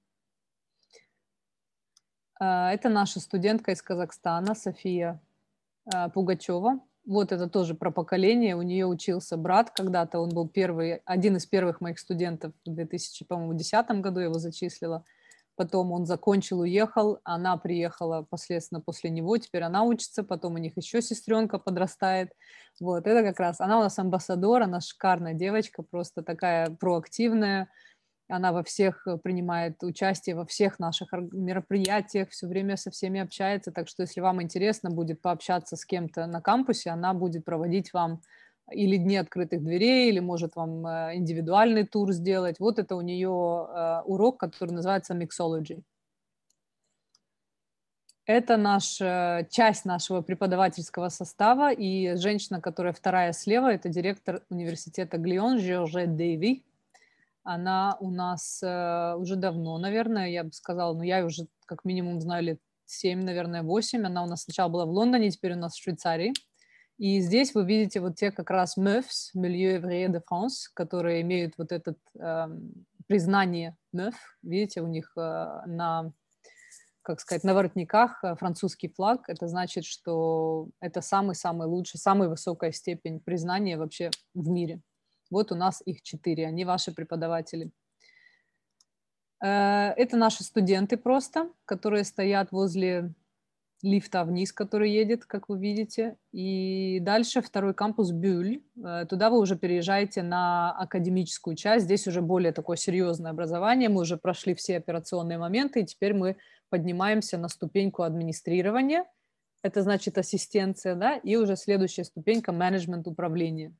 А, Это наша студентка из Казахстана, София а, Пугачева. Вот это тоже про поколение. У нее учился брат когда-то. Он был первый, один из первых моих студентов в две тысячи десятом году. Я его зачислила. Потом он закончил, уехал. Она приехала последственно после него. Теперь она учится. Потом у них еще сестренка подрастает. Вот это как раз. Она у нас амбассадор. Она шикарная девочка. Просто такая проактивная. Она во всех принимает участие, во всех наших мероприятиях, все время со всеми общается. Так что, если вам интересно будет пообщаться с кем-то на кампусе, она будет проводить вам или дни открытых дверей, или может вам индивидуальный тур сделать. Вот это у нее урок, который называется Mixology. Это наш, часть нашего преподавательского состава, и женщина, которая вторая слева, это директор университета Глион, Жоржет Дэйви. Она у нас э, уже давно, наверное, я бы сказала, но я уже как минимум знаю лет семь, наверное, восемь. Она у нас сначала была в Лондоне, теперь у нас в Швейцарии. И здесь вы видите вот те как раз эм и эф эс, Milieu Ouvrier de France, которые имеют вот это э, признание эм и эф. Видите, у них э, на, как сказать, на воротниках французский флаг. Это значит, что это самый-самый лучший, самая высокая степень признания вообще в мире. Вот у нас их четыре, они ваши преподаватели. Это наши студенты просто, которые стоят возле лифта вниз, который едет, как вы видите. И дальше второй кампус Бюль. Туда вы уже переезжаете на академическую часть. Здесь уже более такое серьезное образование. Мы уже прошли все операционные моменты, и теперь мы поднимаемся на ступеньку администрирования. Это значит ассистенция, да, и уже следующая ступенька менеджмент управления.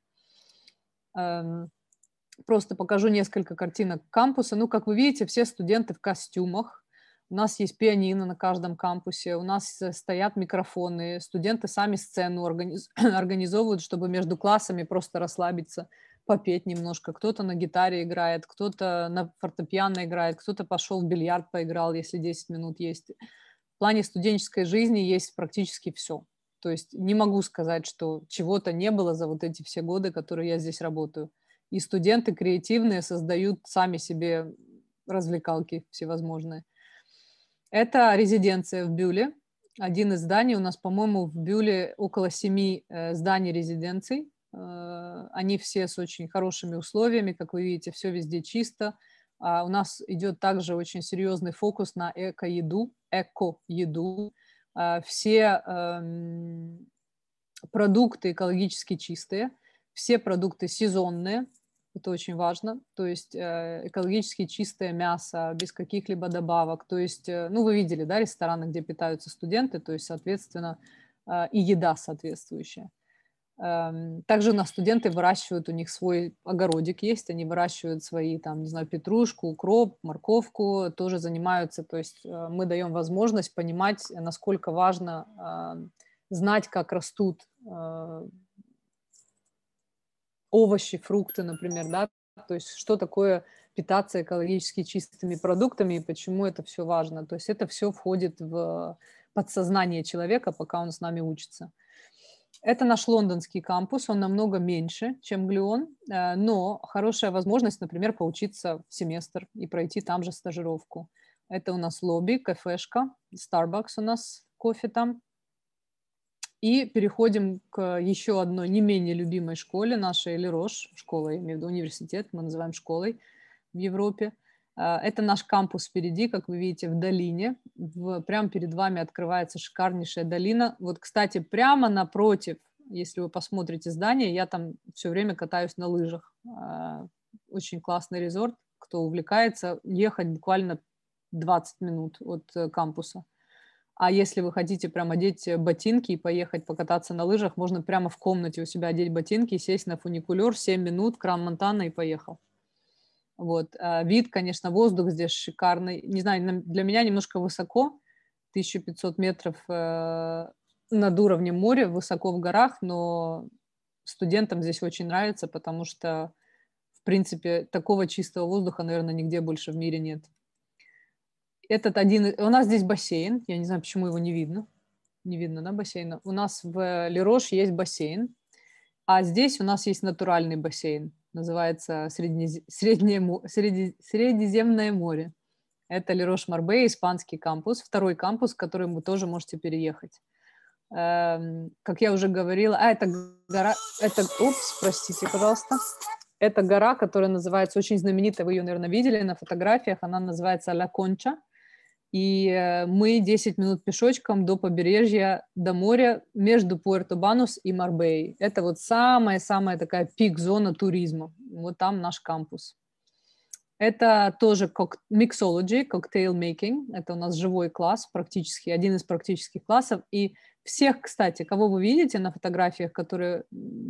Просто покажу несколько картинок кампуса. Ну, как вы видите, все студенты в костюмах. У нас есть пианино на каждом кампусе, у нас стоят микрофоны. Студенты сами сцену организ... организовывают, чтобы между классами просто расслабиться, попеть немножко. Кто-то на гитаре играет, кто-то на фортепиано играет, кто-то пошел в бильярд поиграл, если десять минут есть. В плане студенческой жизни есть практически все. То есть не могу сказать, что чего-то не было за вот эти все годы, которые я здесь работаю. И студенты креативные создают сами себе развлекалки всевозможные. Это резиденция в Бюле. Один из зданий. У нас, по-моему, в Бюле около семи зданий резиденций. Они все с очень хорошими условиями. Как вы видите, все везде чисто. У нас идет также очень серьезный фокус на эко-еду. Эко-еду. Все э, продукты экологически чистые, все продукты сезонные, это очень важно, то есть э, экологически чистое мясо, без каких-либо добавок, то есть, э, ну, вы видели, да, рестораны, где питаются студенты, то есть, соответственно, э, и еда соответствующая. Э, также у нас студенты выращивают, у них свой огородик есть, они выращивают свои, там, не знаю, петрушку, укроп, морковку, тоже занимаются, то есть э, мы даем возможность понимать, насколько важно э, знать, как растут э, овощи, фрукты, например, да, то есть что такое питаться экологически чистыми продуктами и почему это все важно. То есть это все входит в подсознание человека, пока он с нами учится. Это наш лондонский кампус, он намного меньше, чем Глион, но хорошая возможность, например, поучиться в семестр и пройти там же стажировку. Это у нас лобби, кафешка, Starbucks у нас, кофе там. И переходим к еще одной не менее любимой школе, нашей Лерош, школа, я имею в виду университет, мы называем школой в Европе. Это наш кампус впереди, как вы видите, в долине. В, прямо перед вами открывается шикарнейшая долина. Вот, кстати, прямо напротив, если вы посмотрите здание, я там все время катаюсь на лыжах. Очень классный резорт. Кто увлекается, ехать буквально двадцать минут от кампуса. А если вы хотите прям одеть ботинки и поехать покататься на лыжах, можно прямо в комнате у себя одеть ботинки, сесть на фуникулер, семь минут, Кран-Монтана и поехал. Вот. Вид, конечно, воздух здесь шикарный. Не знаю, для меня немножко высоко, тысяча пятьсот метров над уровнем моря, высоко в горах, но студентам здесь очень нравится, потому что, в принципе, такого чистого воздуха, наверное, нигде больше в мире нет. Этот один... У нас здесь бассейн. Я не знаю, почему его не видно. Не видно, да, бассейна? У нас в Лерош есть бассейн, а здесь у нас есть натуральный бассейн. Называется Средне... Среднее... Среди... Средиземное море. Это Лерош-Марбей, испанский кампус. Второй кампус, в который вы тоже можете переехать. Эм, как я уже говорила... А, это гора... Это... Упс, простите, пожалуйста. Это гора, которая называется... Очень знаменитая, вы ее, наверное, видели на фотографиях. Она называется Ла Конча. И мы десять минут пешочком до побережья, до моря, между Пуэрто-Банус и Марбей. Это вот самая-самая такая пик-зона туризма. Вот там наш кампус. Это тоже кок- mixology, cocktail making. Это у нас живой класс, практически, один из практических классов. И всех, кстати, кого вы видите на фотографиях, которые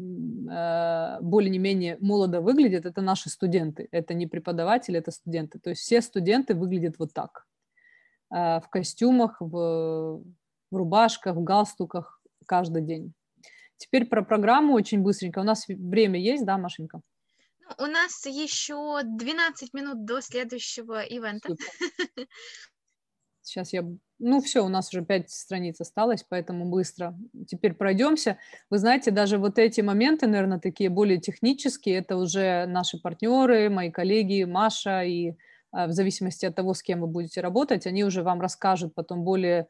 э, более-менее молодо выглядят, это наши студенты. Это не преподаватели, это студенты. То есть все студенты выглядят вот так. Э, в костюмах, в, в рубашках, в галстуках каждый день. Теперь про программу очень быстренько. У нас время есть, да, Машенька? У нас еще двенадцать минут до следующего ивента. Супер. Сейчас я... Ну, все, у нас уже пять страниц осталось, поэтому быстро. Теперь пройдемся. Вы знаете, даже вот эти моменты, наверное, такие более технические, это уже наши партнеры, мои коллеги, Маша, и в зависимости от того, с кем вы будете работать, они уже вам расскажут потом более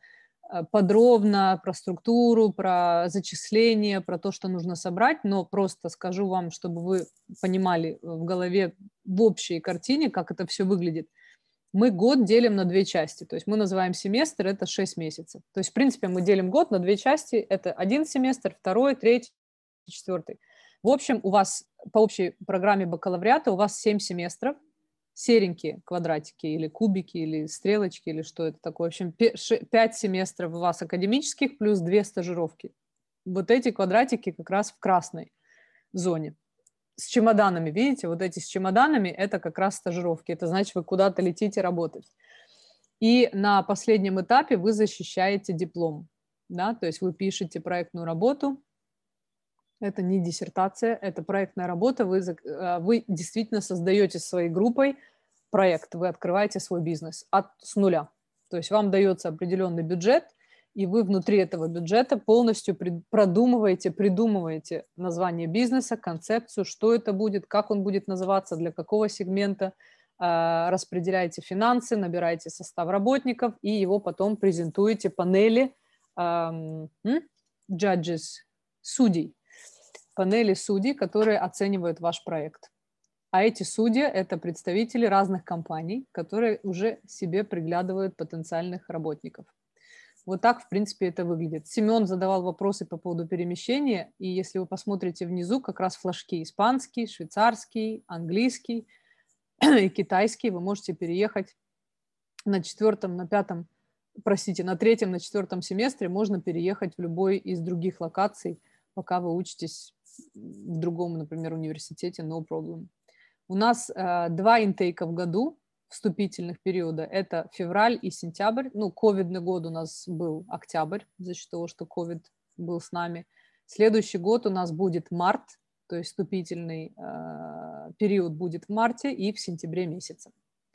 подробно про структуру, про зачисление, про то, что нужно собрать, но просто скажу вам, чтобы вы понимали в голове в общей картине, как это все выглядит. Мы год делим на две части, то есть мы называем семестр, это шесть месяцев. То есть, в принципе, мы делим год на две части, это один семестр, второй, третий, четвертый. В общем, у вас по общей программе бакалавриата у вас семь семестров, серенькие квадратики или кубики, или стрелочки, или что это такое. В общем, пять семестров у вас академических плюс две стажировки. Вот эти квадратики как раз в красной зоне. С чемоданами, видите, вот эти с чемоданами, это как раз стажировки. Это значит, вы куда-то летите работать. И на последнем этапе вы защищаете диплом. Да? То есть вы пишете проектную работу. Это не диссертация, это проектная работа. Вы, вы действительно создаете своей группой проект, вы открываете свой бизнес от, с нуля. То есть вам дается определенный бюджет, и вы внутри этого бюджета полностью при, продумываете, придумываете название бизнеса, концепцию, что это будет, как он будет называться, для какого сегмента, э, распределяете финансы, набираете состав работников, и его потом презентуете панели э, judges, судей. Панели судей, которые оценивают ваш проект. А эти судьи – это представители разных компаний, которые уже себе приглядывают потенциальных работников. Вот так, в принципе, это выглядит. Семен задавал вопросы по поводу перемещения, и если вы посмотрите внизу, как раз флажки испанский, швейцарский, английский и китайский, вы можете переехать на четвертом, на пятом, простите, на третьем, на четвертом семестре можно переехать в любой из других локаций, пока вы учитесь в другом, например, университете, no problem. У нас э, два интейка в году, вступительных периода, это февраль и сентябрь. Ну, ковидный год у нас был октябрь, за счет того, что ковид был с нами. Следующий год у нас будет март, то есть вступительный э, период будет в марте и в сентябре месяце.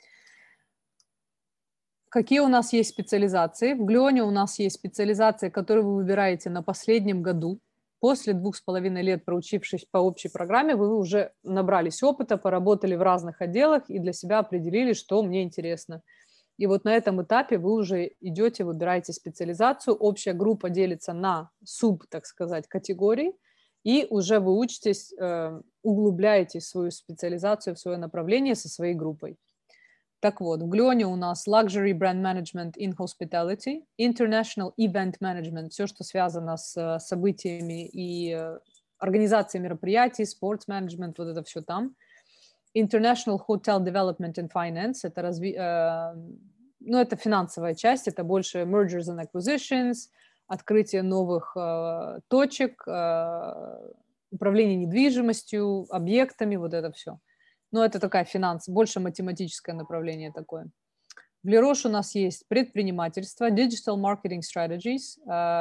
Какие у нас есть специализации? В Глионе у нас есть специализация, которую вы выбираете на последнем году. После двух с половиной лет, проучившись по общей программе, вы уже набрались опыта, поработали в разных отделах и для себя определили, что мне интересно. И вот на этом этапе вы уже идете, выбираете специализацию. Общая группа делится на суб, так сказать, категорий, и уже вы учитесь, углубляете свою специализацию в свое направление со своей группой. Так вот, в Глионе у нас Luxury Brand Management in Hospitality, International Event Management, все, что связано с событиями и организацией мероприятий, Sports Management, вот это все там. International Hotel Development and Finance, это, разви... э, ну, это финансовая часть, это больше mergers and acquisitions, открытие новых э, точек, э, управление недвижимостью, объектами, вот это все. Но это такая финанс, больше математическое направление такое. В Лерош у нас есть предпринимательство, Digital Marketing Strategies.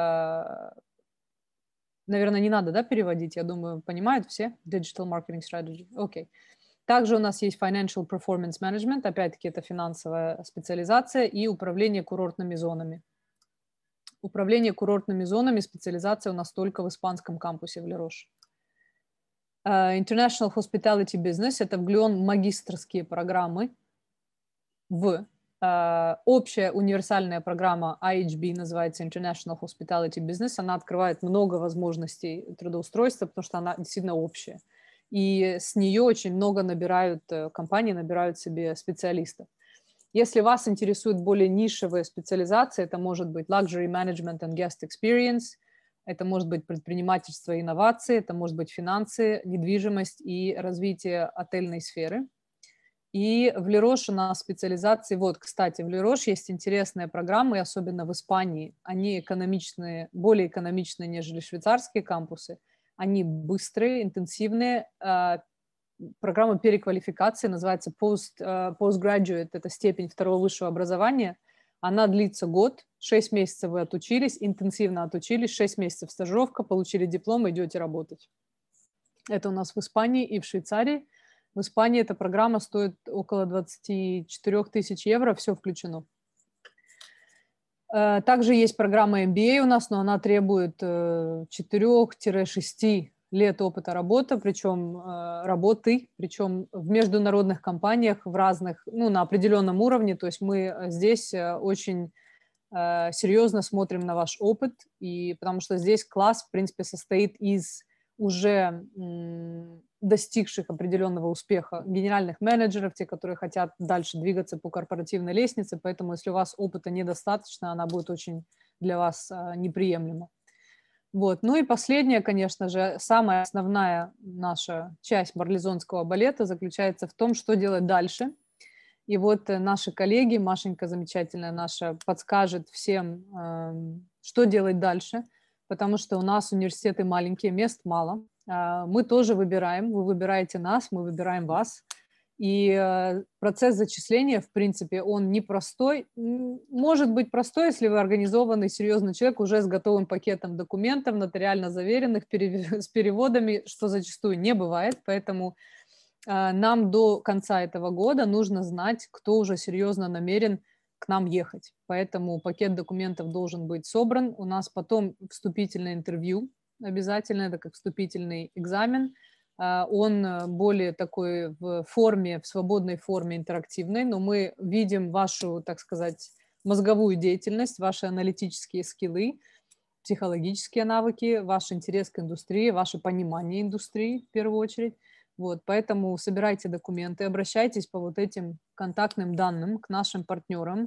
Наверное, не надо, да, переводить? Я думаю, понимают все? Digital Marketing Strategy. Окей. Okay. Также у нас есть Financial Performance Management. Опять-таки, это финансовая специализация и управление курортными зонами. Управление курортными зонами, специализация у нас только в испанском кампусе в Лерош. Uh, International Hospitality Business – это в Глион магистерские программы. В uh, общая универсальная программа ай эйч би называется International Hospitality Business. Она открывает много возможностей трудоустройства, потому что она действительно общая. И с нее очень много набирают, компании набирают себе специалистов. Если вас интересует более нишевая специализация, это может быть Luxury Management and Guest Experience, это может быть предпринимательство и инновации, это может быть финансы, недвижимость и развитие отельной сферы. И в Лерош у нас специализации, вот, кстати, в Лерош есть интересные программы, особенно в Испании. Они экономичные, более экономичные, нежели швейцарские кампусы. Они быстрые, интенсивные. Программа переквалификации называется post, postgraduate, это степень второго высшего образования. Она длится год, шесть месяцев вы отучились, интенсивно отучились, шесть месяцев стажировка, получили диплом, идете работать. Это у нас в Испании и в Швейцарии. В Испании эта программа стоит около двадцать четыре тысячи евро, все включено. Также есть программа эм би эй у нас, но она требует четыре-шесть лет опыта работы, причем работы, причем в международных компаниях, в разных, ну, на определенном уровне. То есть мы здесь очень серьезно смотрим на ваш опыт, и потому что здесь класс, в принципе, состоит из уже достигших определенного успеха генеральных менеджеров, те, которые хотят дальше двигаться по корпоративной лестнице, поэтому если у вас опыта недостаточно, она будет очень для вас неприемлема. Вот. Ну и последняя, конечно же, самая основная наша часть марлезонского балета заключается в том, что делать дальше. И вот наши коллеги, Машенька замечательная наша, подскажет всем, что делать дальше, потому что у нас университеты маленькие, мест мало. Мы тоже выбираем, вы выбираете нас, мы выбираем вас. И процесс зачисления, в принципе, он непростой. Может быть простой, если вы организованный, серьезный человек, уже с готовым пакетом документов, нотариально заверенных, с переводами, что зачастую не бывает. Поэтому нам до конца этого года нужно знать, кто уже серьезно намерен к нам ехать. Поэтому пакет документов должен быть собран. У нас потом вступительное интервью обязательно, это как вступительный экзамен. Он более такой в форме, в свободной форме интерактивной, но мы видим вашу, так сказать, мозговую деятельность, ваши аналитические скиллы, психологические навыки, ваш интерес к индустрии, ваше понимание индустрии в первую очередь. Вот, поэтому собирайте документы, обращайтесь по вот этим контактным данным к нашим партнерам.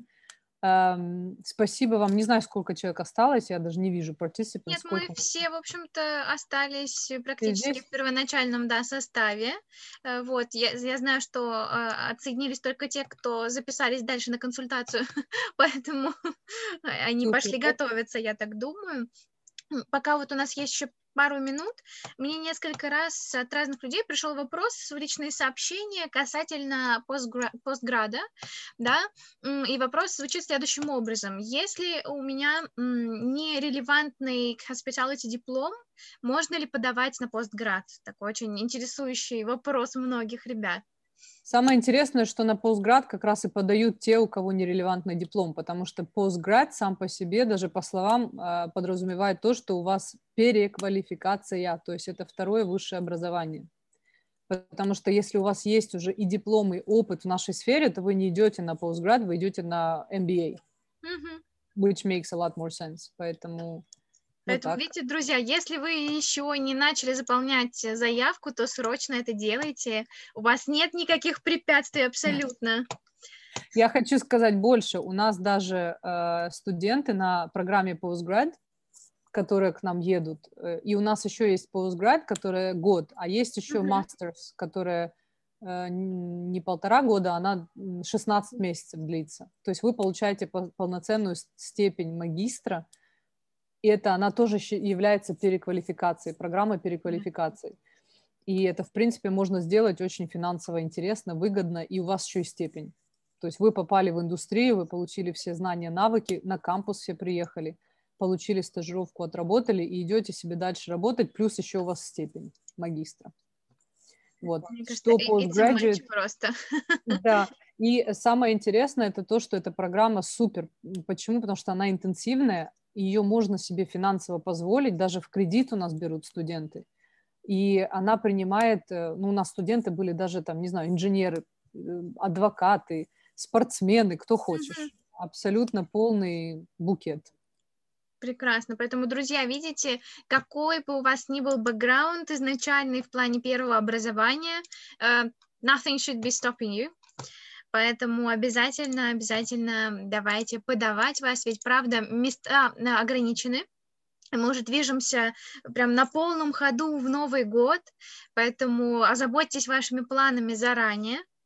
Эм, спасибо вам. Не знаю, сколько человек осталось, я даже не вижу participants. Нет, сколько... мы все, в общем-то, остались практически в первоначальном, да, составе. Вот, я, я знаю, что э, отсоединились только те, кто записались дальше на консультацию, поэтому они Супер. пошли готовиться, я так думаю. Пока вот у нас есть еще пару минут, мне несколько раз от разных людей пришел вопрос в личные сообщения касательно постгра- постграда, да, и вопрос звучит следующим образом. Если у меня нерелевантный hospitality диплом, можно ли подавать на постград? Такой очень интересующий вопрос многих ребят. Самое интересное, что на постград как раз и подают те, у кого нерелевантный диплом, потому что постград сам по себе, даже по словам, подразумевает то, что у вас переквалификация, то есть это второе высшее образование. Потому что если у вас есть уже и диплом, и опыт в нашей сфере, то вы не идете на постград, вы идете на эм би эй, mm-hmm. which makes a lot more sense. Поэтому... Поэтому, вот видите, друзья, если вы еще не начали заполнять заявку, то срочно это делайте. У вас нет никаких препятствий абсолютно. Я хочу сказать больше. У нас даже э, студенты на программе Postgrad, которые к нам едут, э, и у нас еще есть Postgrad, который год, а есть еще mm-hmm. Masters, которая э, не полтора года, она шестнадцать месяцев длится. То есть вы получаете полноценную степень магистра, и это она тоже является переквалификацией, программой переквалификации. И это, в принципе, можно сделать очень финансово интересно, выгодно, и у вас еще и степень. То есть вы попали в индустрию, вы получили все знания, навыки, на кампус все приехали, получили стажировку, отработали, и идете себе дальше работать, плюс еще у вас степень магистра. Вот. Мне что кажется, postgraduate... просто. Да. И самое интересное, это то, что эта программа супер. Почему? Потому что она интенсивная, ее можно себе финансово позволить, даже в кредит у нас берут студенты. И она принимает, ну, у нас студенты были даже там, не знаю, инженеры, адвокаты, спортсмены, кто хочешь. Mm-hmm. Абсолютно полный букет. Прекрасно. Поэтому, друзья, видите, какой бы у вас ни был бэкграунд изначальный в плане первого образования, uh, nothing should be stopping you. Поэтому обязательно, обязательно давайте подавать вас, ведь, правда, места ограничены. Мы уже движемся прям на полном ходу в Новый год, поэтому озаботьтесь вашими планами заранее.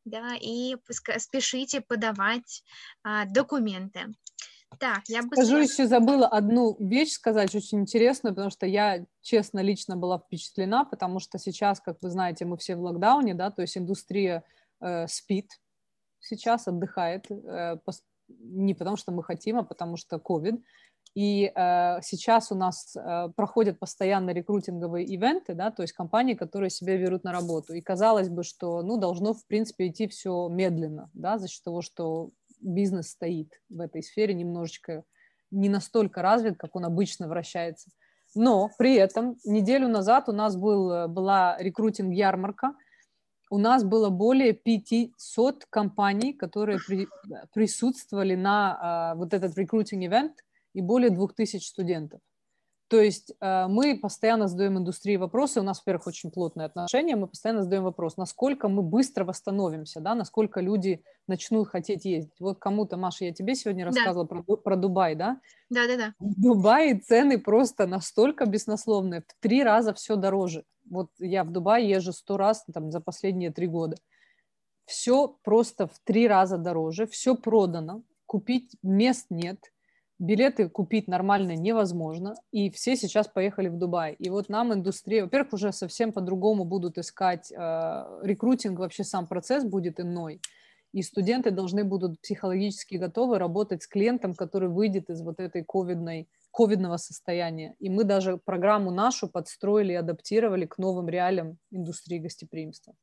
да, и спешите подавать а, документы. Так, я бы... Скажу, еще забыла одну вещь сказать, очень интересную, потому что я, честно, лично была впечатлена, потому что сейчас, как вы знаете, мы все в локдауне, да, то есть индустрия э, спит сейчас, отдыхает, э, пос... не потому что мы хотим, а потому что ковид. И э, сейчас у нас э, проходят постоянно рекрутинговые ивенты, да, то есть компании, которые себя берут на работу. И казалось бы, что, ну, должно, в принципе, идти все медленно, да, за счет того, что бизнес стоит в этой сфере немножечко не настолько развит, как он обычно вращается. Но при этом неделю назад у нас был, была рекрутинг-ярмарка, у нас было более пятисот компаний, которые при, присутствовали на а, вот этот рекрутинг-ивент, и более двух тысяч студентов. То есть а, мы постоянно задаем индустрии вопросы, у нас, во-первых, очень плотные отношения, мы постоянно задаем вопрос, насколько мы быстро восстановимся, да, насколько люди начнут хотеть ездить. Вот кому-то, Маша, я тебе сегодня рассказывала да. про, про Дубай, да? Да-да-да. В Дубае цены просто настолько беснословные, в три раза все дороже. Вот я в Дубай езжу сто раз там, за последние три года. Все просто в три раза дороже, все продано, купить мест нет, билеты купить нормально невозможно, и все сейчас поехали в Дубай. И вот нам индустрия, во-первых, уже совсем по-другому будут искать э, рекрутинг, вообще сам процесс будет иной. И студенты должны будут психологически готовы работать с клиентом, который выйдет из вот этой ковидной, ковидного состояния. И мы даже программу нашу подстроили и адаптировали к новым реалиям индустрии гостеприимства.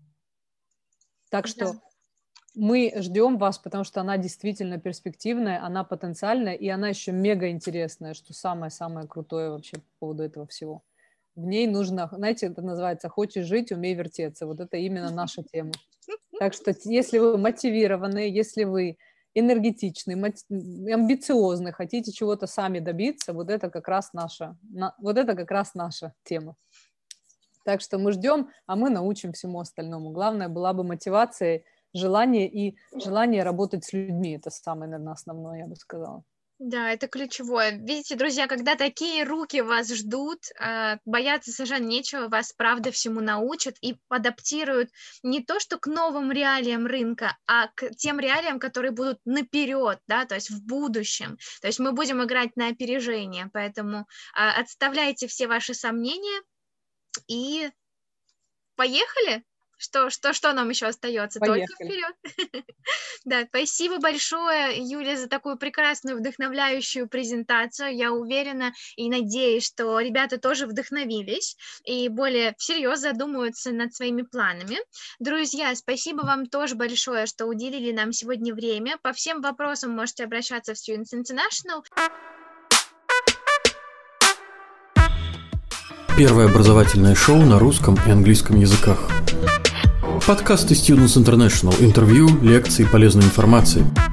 Так что да. мы ждем вас, потому что она действительно перспективная, она потенциальная, и она еще мега интересная, что самое-самое крутое вообще по поводу этого всего. В ней нужно, знаете, это называется «хочешь жить, умей вертеться». Вот это именно наша тема. Так что если вы мотивированы, если вы энергетичны, амбициозны, хотите чего-то сами добиться, вот это как раз наша, вот это как раз наша тема. Так что мы ждем, а мы научим всему остальному. Главное была бы мотивация, желание и желание работать с людьми. Это самое, наверное, основное, я бы сказала. Да, это ключевое. Видите, друзья, когда такие руки вас ждут, бояться совершенно нечего, вас, правда, всему научат и адаптируют не то, что к новым реалиям рынка, а к тем реалиям, которые будут наперед, да, то есть в будущем. То есть мы будем играть на опережение, поэтому отставляйте все ваши сомнения и поехали! Что, что, что нам еще остается? Поехали. Только вперед. Да, спасибо большое, Юля, за такую прекрасную, вдохновляющую презентацию. Я уверена и надеюсь, что ребята тоже вдохновились и более всерьез задумаются над своими планами. Друзья, спасибо вам тоже большое, что уделили нам сегодня время. По всем вопросам можете обращаться в Students International. Первое образовательное шоу на русском и английском языках. Подкасты Students International. Интервью, лекции, полезной информации.